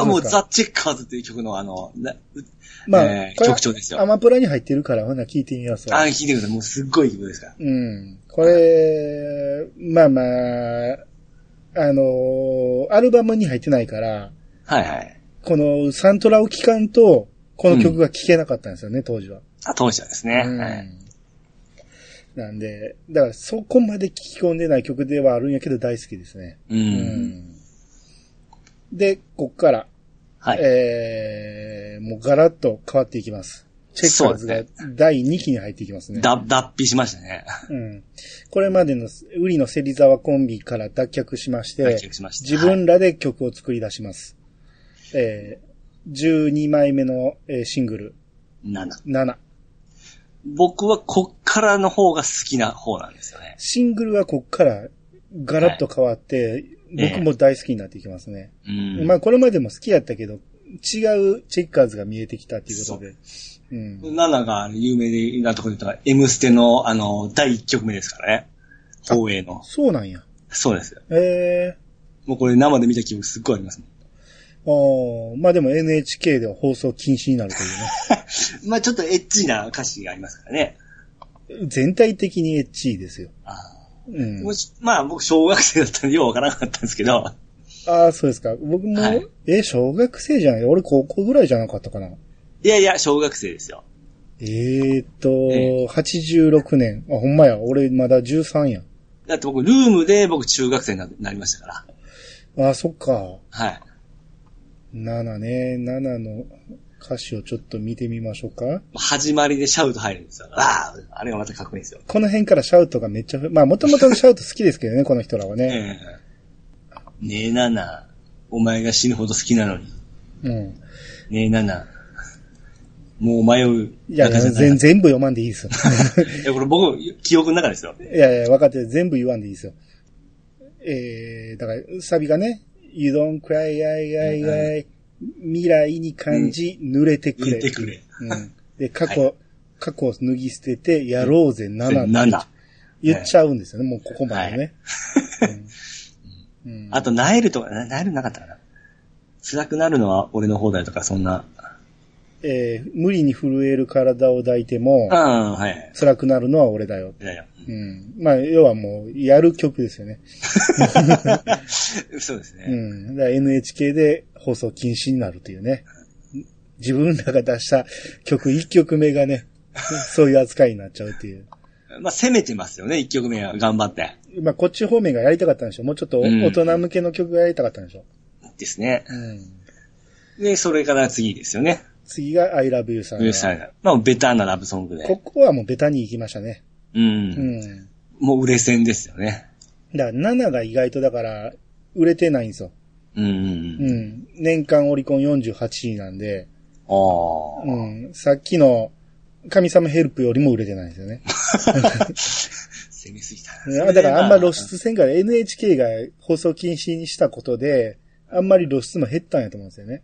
もうザ・チェッカーズっていう曲の曲調ですよ。 アマプラに入ってるから、ほな聞いてみます。 聞いてください。もうすっごい曲ですから。 これ、まあまあ、アルバムに入ってないから、このサントラを聴かんと、この曲が聴けなかったんですよね、当時は。 当時はですね。 なんで、だからそこまで聴き込んでない曲ではあるんやけど大好きですね。で、こっから、もうガラッと変わっていきます。チェッカーズが第2期に入っていきますね。 脱皮しましたね。 これまでのウリの芹沢コンビから脱却しまして、自分らで曲を作り出します。12枚目のシングル。7。 僕はこっからの方が好きな方なんですよね。 シングルはこっからガラッと変わって、僕も大好きになっていきますね。まあこれまでも好きやったけど、違うチェッカーズが見えてきたっていうことで。 7が有名なところで言ったら、M ステの第1曲目ですからね。放映の。 そうなんや。 そうです。もうこれ生で見た記憶すっごいありますまあでも NHK では放送禁止になるというね。 まあちょっとエッチな歌詞がありますからね。 全体的にエッチですよ。 うん、まあ僕小学生だったんでようわからなかったんですけど。 ああ、そうですか。僕も、はい、小学生じゃない？俺高校ぐらいじゃなかったかな。いや、小学生ですよ。 86年。あ、ほんまや。俺まだ13や。 だって僕、ルームで僕中学生になりましたから。 あ、そっか。 はい。 7ね。7の歌詞をちょっと見てみましょうか。 始まりでシャウト入るんですよ。あれがまたかっこいいですよ。 この辺からシャウトがめっちゃ、まあもともとのシャウト好きですけどね、この人らはね。 ねえナナ、お前が死ぬほど好きなのに。 うん。 ねえナナ、もう迷う。 いや、全部読まんでいいですよ。 いや、これ僕、記憶の中ですよ。 いや、分かってる。全部言わんでいいですよ。だから、サビがね、You don't cry, I, 未来に感じ、濡れてくれ。 濡れてくれ。 うん。で、過去を脱ぎ捨てて、やろうぜ、7。言っちゃうんですよね、もうここまでね。 あと、ナエルとか、ナエルなかったかな。辛くなるのは俺の方だよとか、そんな。 無理に震える体を抱いても、 はい、 辛くなるのは俺だよ。うん。まあ、要はもう、やる曲ですよね。 そうですね。 うん。だから NHK で放送禁止になるというね。自分らが出した曲1曲目がね、そういう扱いになっちゃうっていう。 まあ、攻めてますよね、1曲目は頑張って。 まあ、こっち方面がやりたかったんでしょ。もうちょっと大人向けの曲がやりたかったんでしょ。 ですね。で、それから次ですよね。 次が I love you さん。 まあ、ベタなラブソングで。 ここはもうベタに行きましたね。 もう売れ線ですよね。 だから7が意外とだから売れてないんですよ。年間オリコン48位なんで。さっきの神様ヘルプよりも売れてないんですよね。 攻めすぎたな。 だからあんま露出せんから NHK が放送禁止にしたことで、あんまり露出も減ったんやと思うんですよね。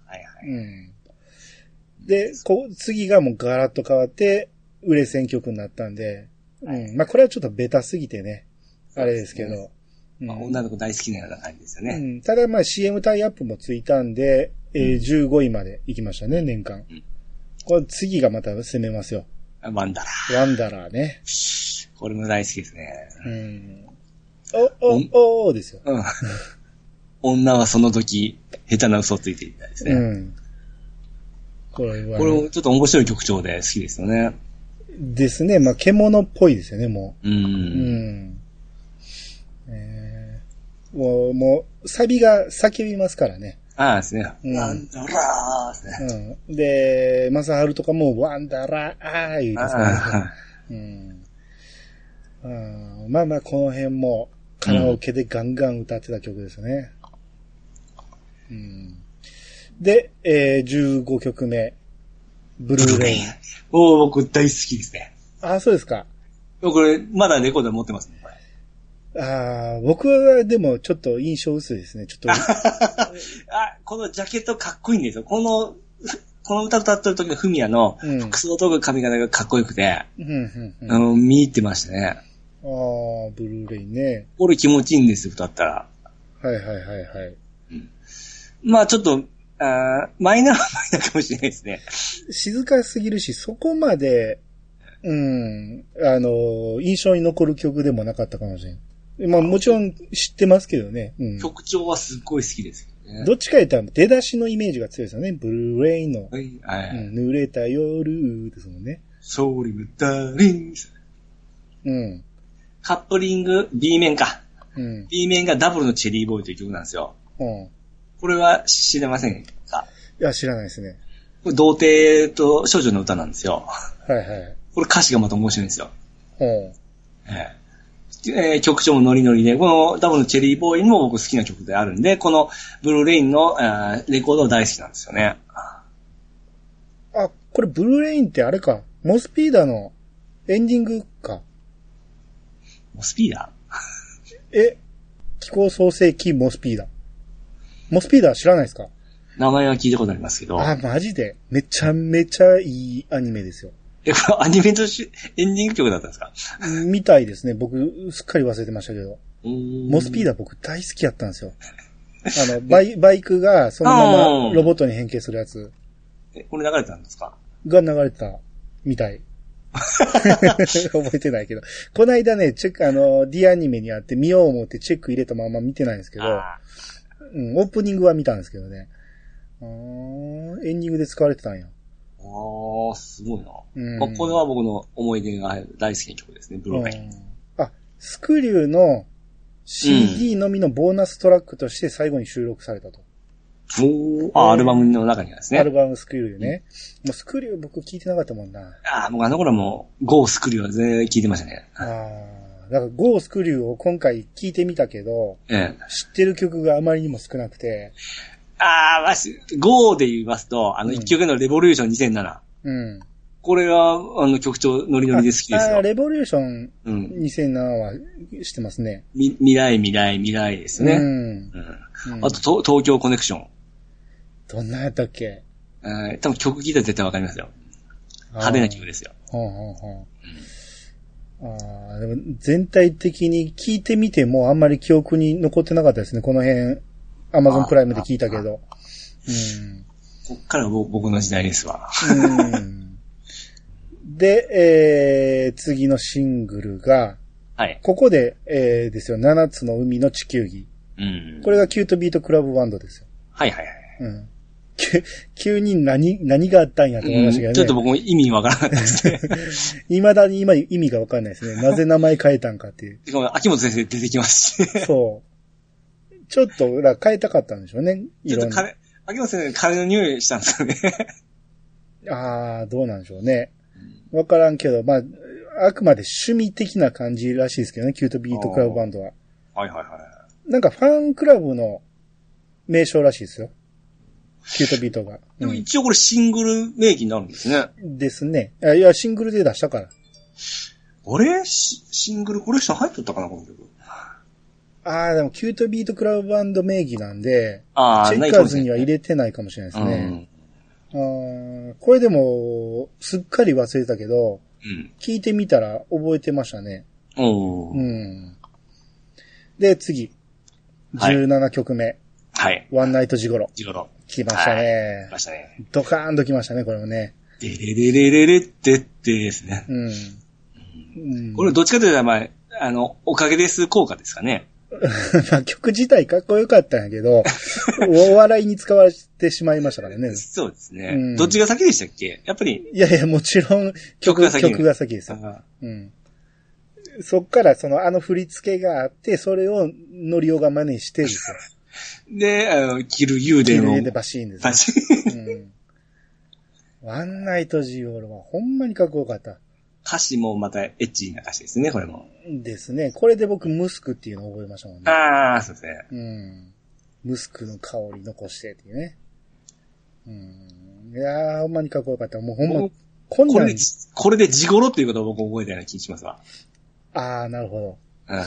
で、次がもうガラッと変わって、売れ線曲になったんで、まあこれはちょっとベタすぎてね、あれですけど。 女の子大好きなような感じですよね。 ただまあ CM タイアップもついたんで、15位まで行きましたね、年間。これ次がまた攻めますよ。 ワンダラーね。 これも大好きですね。 おですよ。 女はその時、下手な嘘をついていたですね。これもちょっと面白い曲調で好きですよね。 ですね。まあ、獣っぽいですよね、もう。もう、サビが叫びますからね。 ですね。ワンダラーですね。 で、マサハルとかもワンダラー言いますからね。まあまあ、この辺もカラオケでガンガン歌ってた曲ですね。で、15曲目。ブルーレイン。 僕大好きですね。 そうですか。 これ、まだレコード持ってますね、これ。 僕はでもちょっと印象薄いですね。ちょっと。 このジャケットかっこいいんですよ。この歌歌ってる時のフミヤの服装とか髪型がかっこよくて、見入ってましたね。 ブルーレインね。 これ気持ちいいんですよ、歌ったら。 はい。 まあちょっと、マイナーかもしれないですね。 静かすぎるし、そこまで、印象に残る曲でもなかったかもしれない。まあもちろん知ってますけどね。 曲調はすっごい好きですよね。 どっちか言ったら出だしのイメージが強いですよね。ブルーレインの。濡れた夜ですもんね。 ソーリムダーリング。カップリング B 面か。B 面がダブルのチェリーボーイという曲なんですよ。これは知れませんか？ いや、知らないですね。 これ童貞と少女の歌なんですよ。 これ歌詞がまた面白いんですよ。曲調もノリノリで、このダブルのチェリーボーイも僕好きな曲であるんで、このブルーレインのレコード大好きなんですよね。 これブルーレインってあれか。モスピーダーのエンディングか。 モスピーダー気候創世記モスピーダー。モスピーダー知らないですか？ 名前は聞いたことありますけど。 マジでめちゃめちゃいいアニメですよ。 これアニメとしてエンディング曲だったんですか？ みたいですね。僕、すっかり忘れてましたけど。モスピーダー僕大好きやったんですよ。 バイクがそのままロボットに変形するやつ。 これ流れてたんですか？ が流れてたみたい。覚えてないけど。この間ね、チェック、D アニメにあって見よう思ってチェック入れたまま見てないんですけど、うん、オープニングは見たんですけどね。エンディングで使われてたんや。 すごいな。うん、これは僕の思い出が大好きな曲ですね、ブローベイ。 スクリューの CD のみのボーナストラックとして最後に収録されたと。 アルバムの中にはですね。 アルバムスクリューね。もうスクリュー僕聞いてなかったもんな。 僕あの頃はもう、ゴースクリューは全然聞いてましたね。 だからゴースクリューを今回聞いてみたけど、知ってる曲があまりにも少なくて。 ゴーで言いますと、1曲目のレボリューション2007。うん。これが、曲調ノリノリで好きですよ。 レボリューション2007は知ってますね。 未来ですね。あと、東京コネクション。 どんなやったっけ？ 多分曲聴いたら絶対わかりますよ。派手な曲ですよ。 でも全体的に聞いてみてもあんまり記憶に残ってなかったですね。この辺、Amazon プライムで聞いたけど。 こっから僕の時代ですわ。 で、次のシングルが、ここで、ですよ、7つの海の地球儀。これがキュートビートクラブバンドですよ。急に何があったんやと思いましたけどね。 ちょっと僕も意味わからないですね。 未だに今意味がわかんないですね。なぜ名前変えたんかっていう。 しかも秋元先生出てきますし。 そう。ちょっと変えたかったんでしょうね。 ちょっと秋元先生金の匂いしたんですよね。 どうなんでしょうね。わからんけど、あくまで趣味的な感じらしいですけどね、キュートビートクラブバンドは。なんかファンクラブの名称らしいですよ。キュートビートが。 でも一応これシングル名義になるんですね。 ですね。いや、シングルで出したから。 シングルコレクション入っとったかな、この曲。 でもキュートビートクラブバンド名義なんで、チェッカーズには入れてないかもしれないですね。これでも、すっかり忘れたけど、聞いてみたら覚えてましたね。で、次。17曲目。ワンナイトジゴロ。来ましたね。ドカーンと来ましたね、これもね。 デレレレレレってですね。これどっちかというと、おかげです効果ですかね。 曲自体かっこよかったんやけど、お笑いに使われてしまいましたからね。 そうですね。どっちが先でしたっけ？やっぱり。 いや、もちろん曲が先ですよ。そっから振り付けがあって、それをノリオが真似してるんですよ。 で、キルユーでの。 キルユーでバシーンです、ね。バシーン。ワンナイトジオールはほんまにかっこよかった。 歌詞もまたエッチな歌詞ですね、これも。 ですね。これで僕、ムスクっていうのを覚えましたもんね。 そうですね。ムスクの香り残してっていうね。いやー、ほんまにかっこよかった。もうほんま、 これで地頃っていうことを僕覚えたような気がしますわ。 なるほど。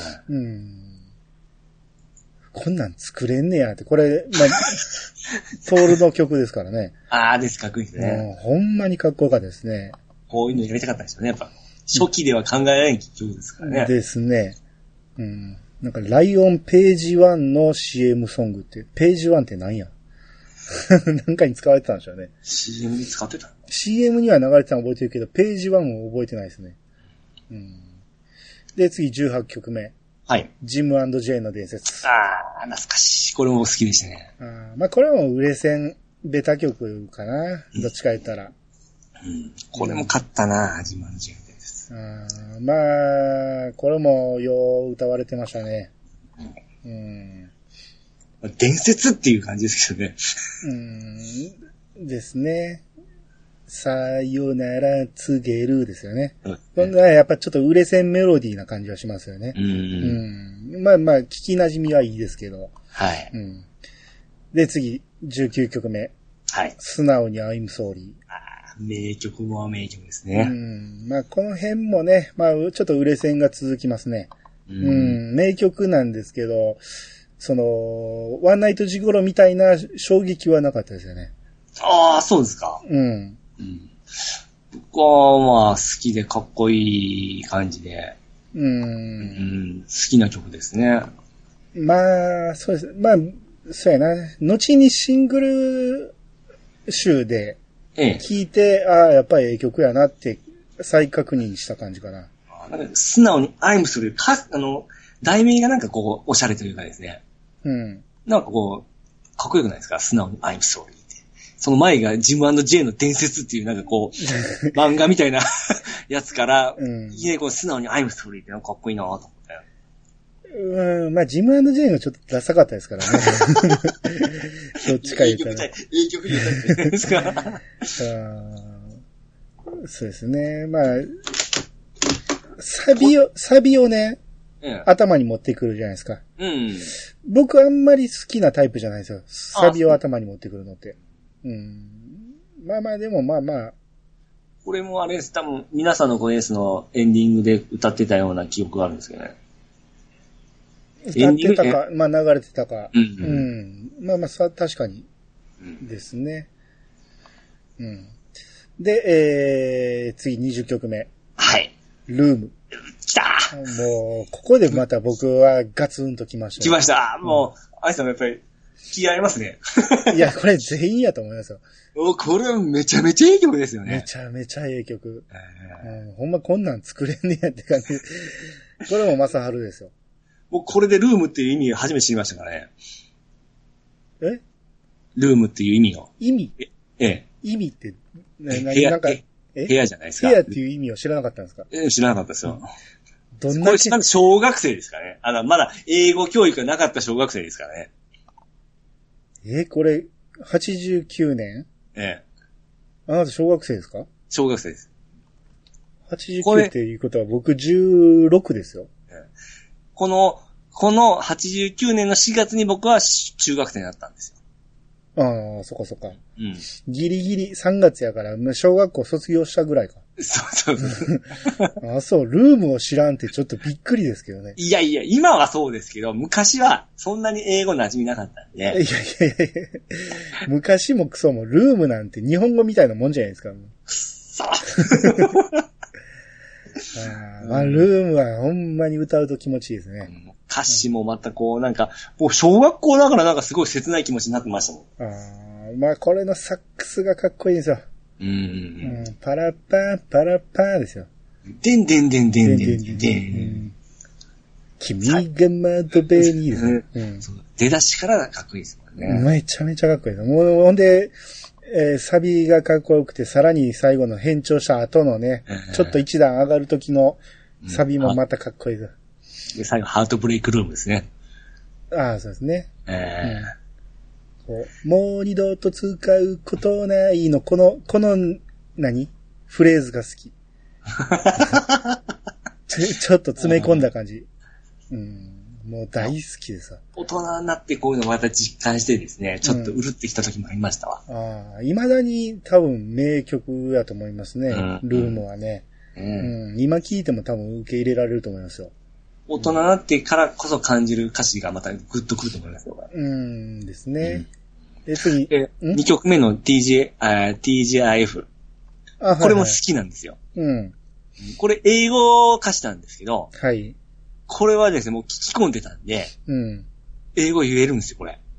こんなん作れんねやって、これ、トールの曲ですからね。 かっこいいですね。 ほんまにかっこよかったですね。 こういうのやりたかったですよね、やっぱ。初期では考えられない曲ですからね。 ですね。なんか、ライオンページ1の CM ソングって、ページ1って何やなんかに使われてたんでしょうね。 CM に使ってた ?CM には流れてたの覚えてるけど、ページ1も覚えてないですね。で、次18曲目。ジム&ジェイの伝説。 懐かしい。これも好きでしたね。 これはもう売れ線、ベタ曲かな。どっちか言ったら。 これも勝ったな、ジム&ジェイの伝説。 これもよう歌われてましたね。 伝説っていう感じですけどね。 ですね。さよなら告げるですよね。やっぱちょっと売れ線メロディーな感じはしますよね。聞き馴染みはいいですけど。で、次、19曲目。素直に I'm sorry。 名曲も名曲ですね。 この辺もね、ちょっと売れ線が続きますね。名曲なんですけど、ワンナイトジゴロみたいな衝撃はなかったですよね。 そうですか。僕は好きでかっこいい感じで、好きな曲ですね。 そうです。 そうやな。後にシングル集で聞いて、やっぱりええ曲やなって再確認した感じかな。 なんか素直にアイムする題名がなんかこう、おしゃれというかですね。 うん。 なんかこう、かっこよくないですか？素直にアイムソーリーって。その前がジム&ジェイの伝説っていうなんかこう、漫画みたいなやつから、いきなりこう素直にアイムソーリーってなんかかっこいいなと思って。 まあ、ジム&ジェインはちょっとダサかったですからね。どっちか言ったら。 いい曲言ったんじゃないですか。 そうですね。まあ、サビをね、頭に持ってくるじゃないですか。 うん。 僕あんまり好きなタイプじゃないですよ。サビを頭に持ってくるのって。まあまあ、でもまあまあ。 これもあれです。多分、皆さんのこのエースのエンディングで歌ってたような記憶があるんですけどね。 歌ってたか、まあ流れてたか。まあまあ、確かに。ですね。で、次20曲目。 はい。 ルーム。 来たもう、ここでまた僕はガツンと来ました。 来ました。もう、アイさんもやっぱり、気合いますね。 いや、これ全員やと思いますよ。 これはめちゃめちゃいい曲ですよね。 めちゃめちゃいい曲。ほんまこんなん作れんねやって感じ。これも正春ですよ。 もうこれでルームっていう意味初めて知りましたからね。 え？ ルームっていう意味を。 意味？意味って、 部屋じゃないですか。 部屋っていう意味を知らなかったんですか？ 知らなかったですよ。 どんなこれ小学生ですかね。まだ英語教育がなかった小学生ですからね。 これ、89年？あなた小学生ですか？ 小学生です。 89っていうことは僕16ですよ。 この89年の4月に僕は中学生になったんですよ。ああ、そっかそっか。ギリギリ3月やから、小学校卒業したぐらいか。 そう。 そう、ルームを知らんってちょっとびっくりですけどね。 いや、今はそうですけど、昔はそんなに英語馴染みなかったんで。いや。 昔もクソもルームなんて日本語みたいなもんじゃないですか。まあ、ルームはほんまに歌うと気持ちいいですね。 歌詞もまたこうなんか、もう小学校だからなんかすごい切ない気持ちになってましたもん。まあこれのサックスがかっこいいんですよ。パラッパー、パラッパーですよ。 でん。 君が窓辺にですね。 出だしからかっこいいですもんね。 めちゃめちゃかっこいい。もうほんで、サビがかっこよくて、さらに最後の変調した後のね、ちょっと一段上がる時のサビもまたかっこいいです。 で、最後、ハートブレイクルームですね。 そうですね。もう二度と使うことないの、このフレーズが好き。ちょっと詰め込んだ感じ。もう大好きでさ。 大人になってこういうのまた実感してですね、ちょっとうるってきた時もありましたわ。 未だに多分名曲やと思いますね。ルームはね。今聞いても多分受け入れられると思いますよ。 大人になってからこそ感じる歌詞がまたグッとくると思いますよ。 ですね。次。 2曲目のTGIF。これも好きなんですよ。これ英語歌詞なんですけど、これはですね、もう聞き込んでたんで、英語言えるんですよ、これ。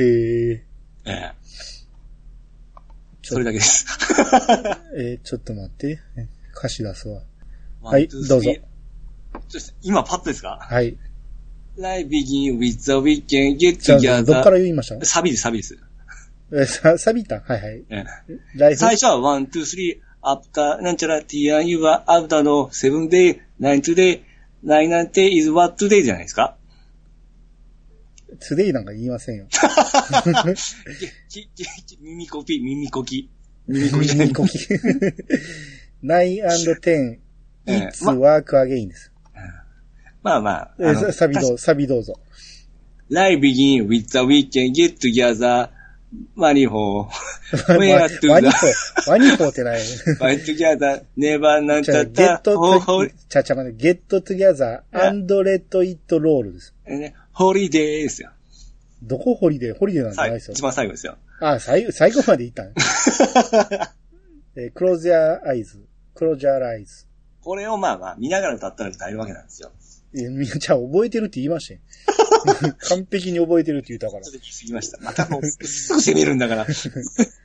それだけです。 ちょっと待って。歌詞出すわ。はい、どうぞ。 今パッとですか？ はい。 Life begin with the weekend get together. どっから言いました？ サビです。 サビったはいはい。 最初は1、2、3、after なんちゃら t and you are after no 7 day, 9 today, 9 なんて is what today じゃないですか？ today なんか言いませんよ。 耳コキ。耳コキ。 9 and 10, it's work again です。 まあ。 サビどうぞ。 Life begin with the weekend get together, ワニホー。 ワニホーってない。 Get together, never なんちゃった。 get together and let it roll です。 ホリデーですよ。 どこホリデーなんてないですよ。 一番最後ですよ。 最後まで言ったね。close your eyes. これを見ながら歌ったら歌えるわけなんですよ。 じゃあ覚えてるって言いましたよ。 完璧に覚えてるって言ったから。 ちょっと言い過ぎました。またもう、すぐ攻めるんだから。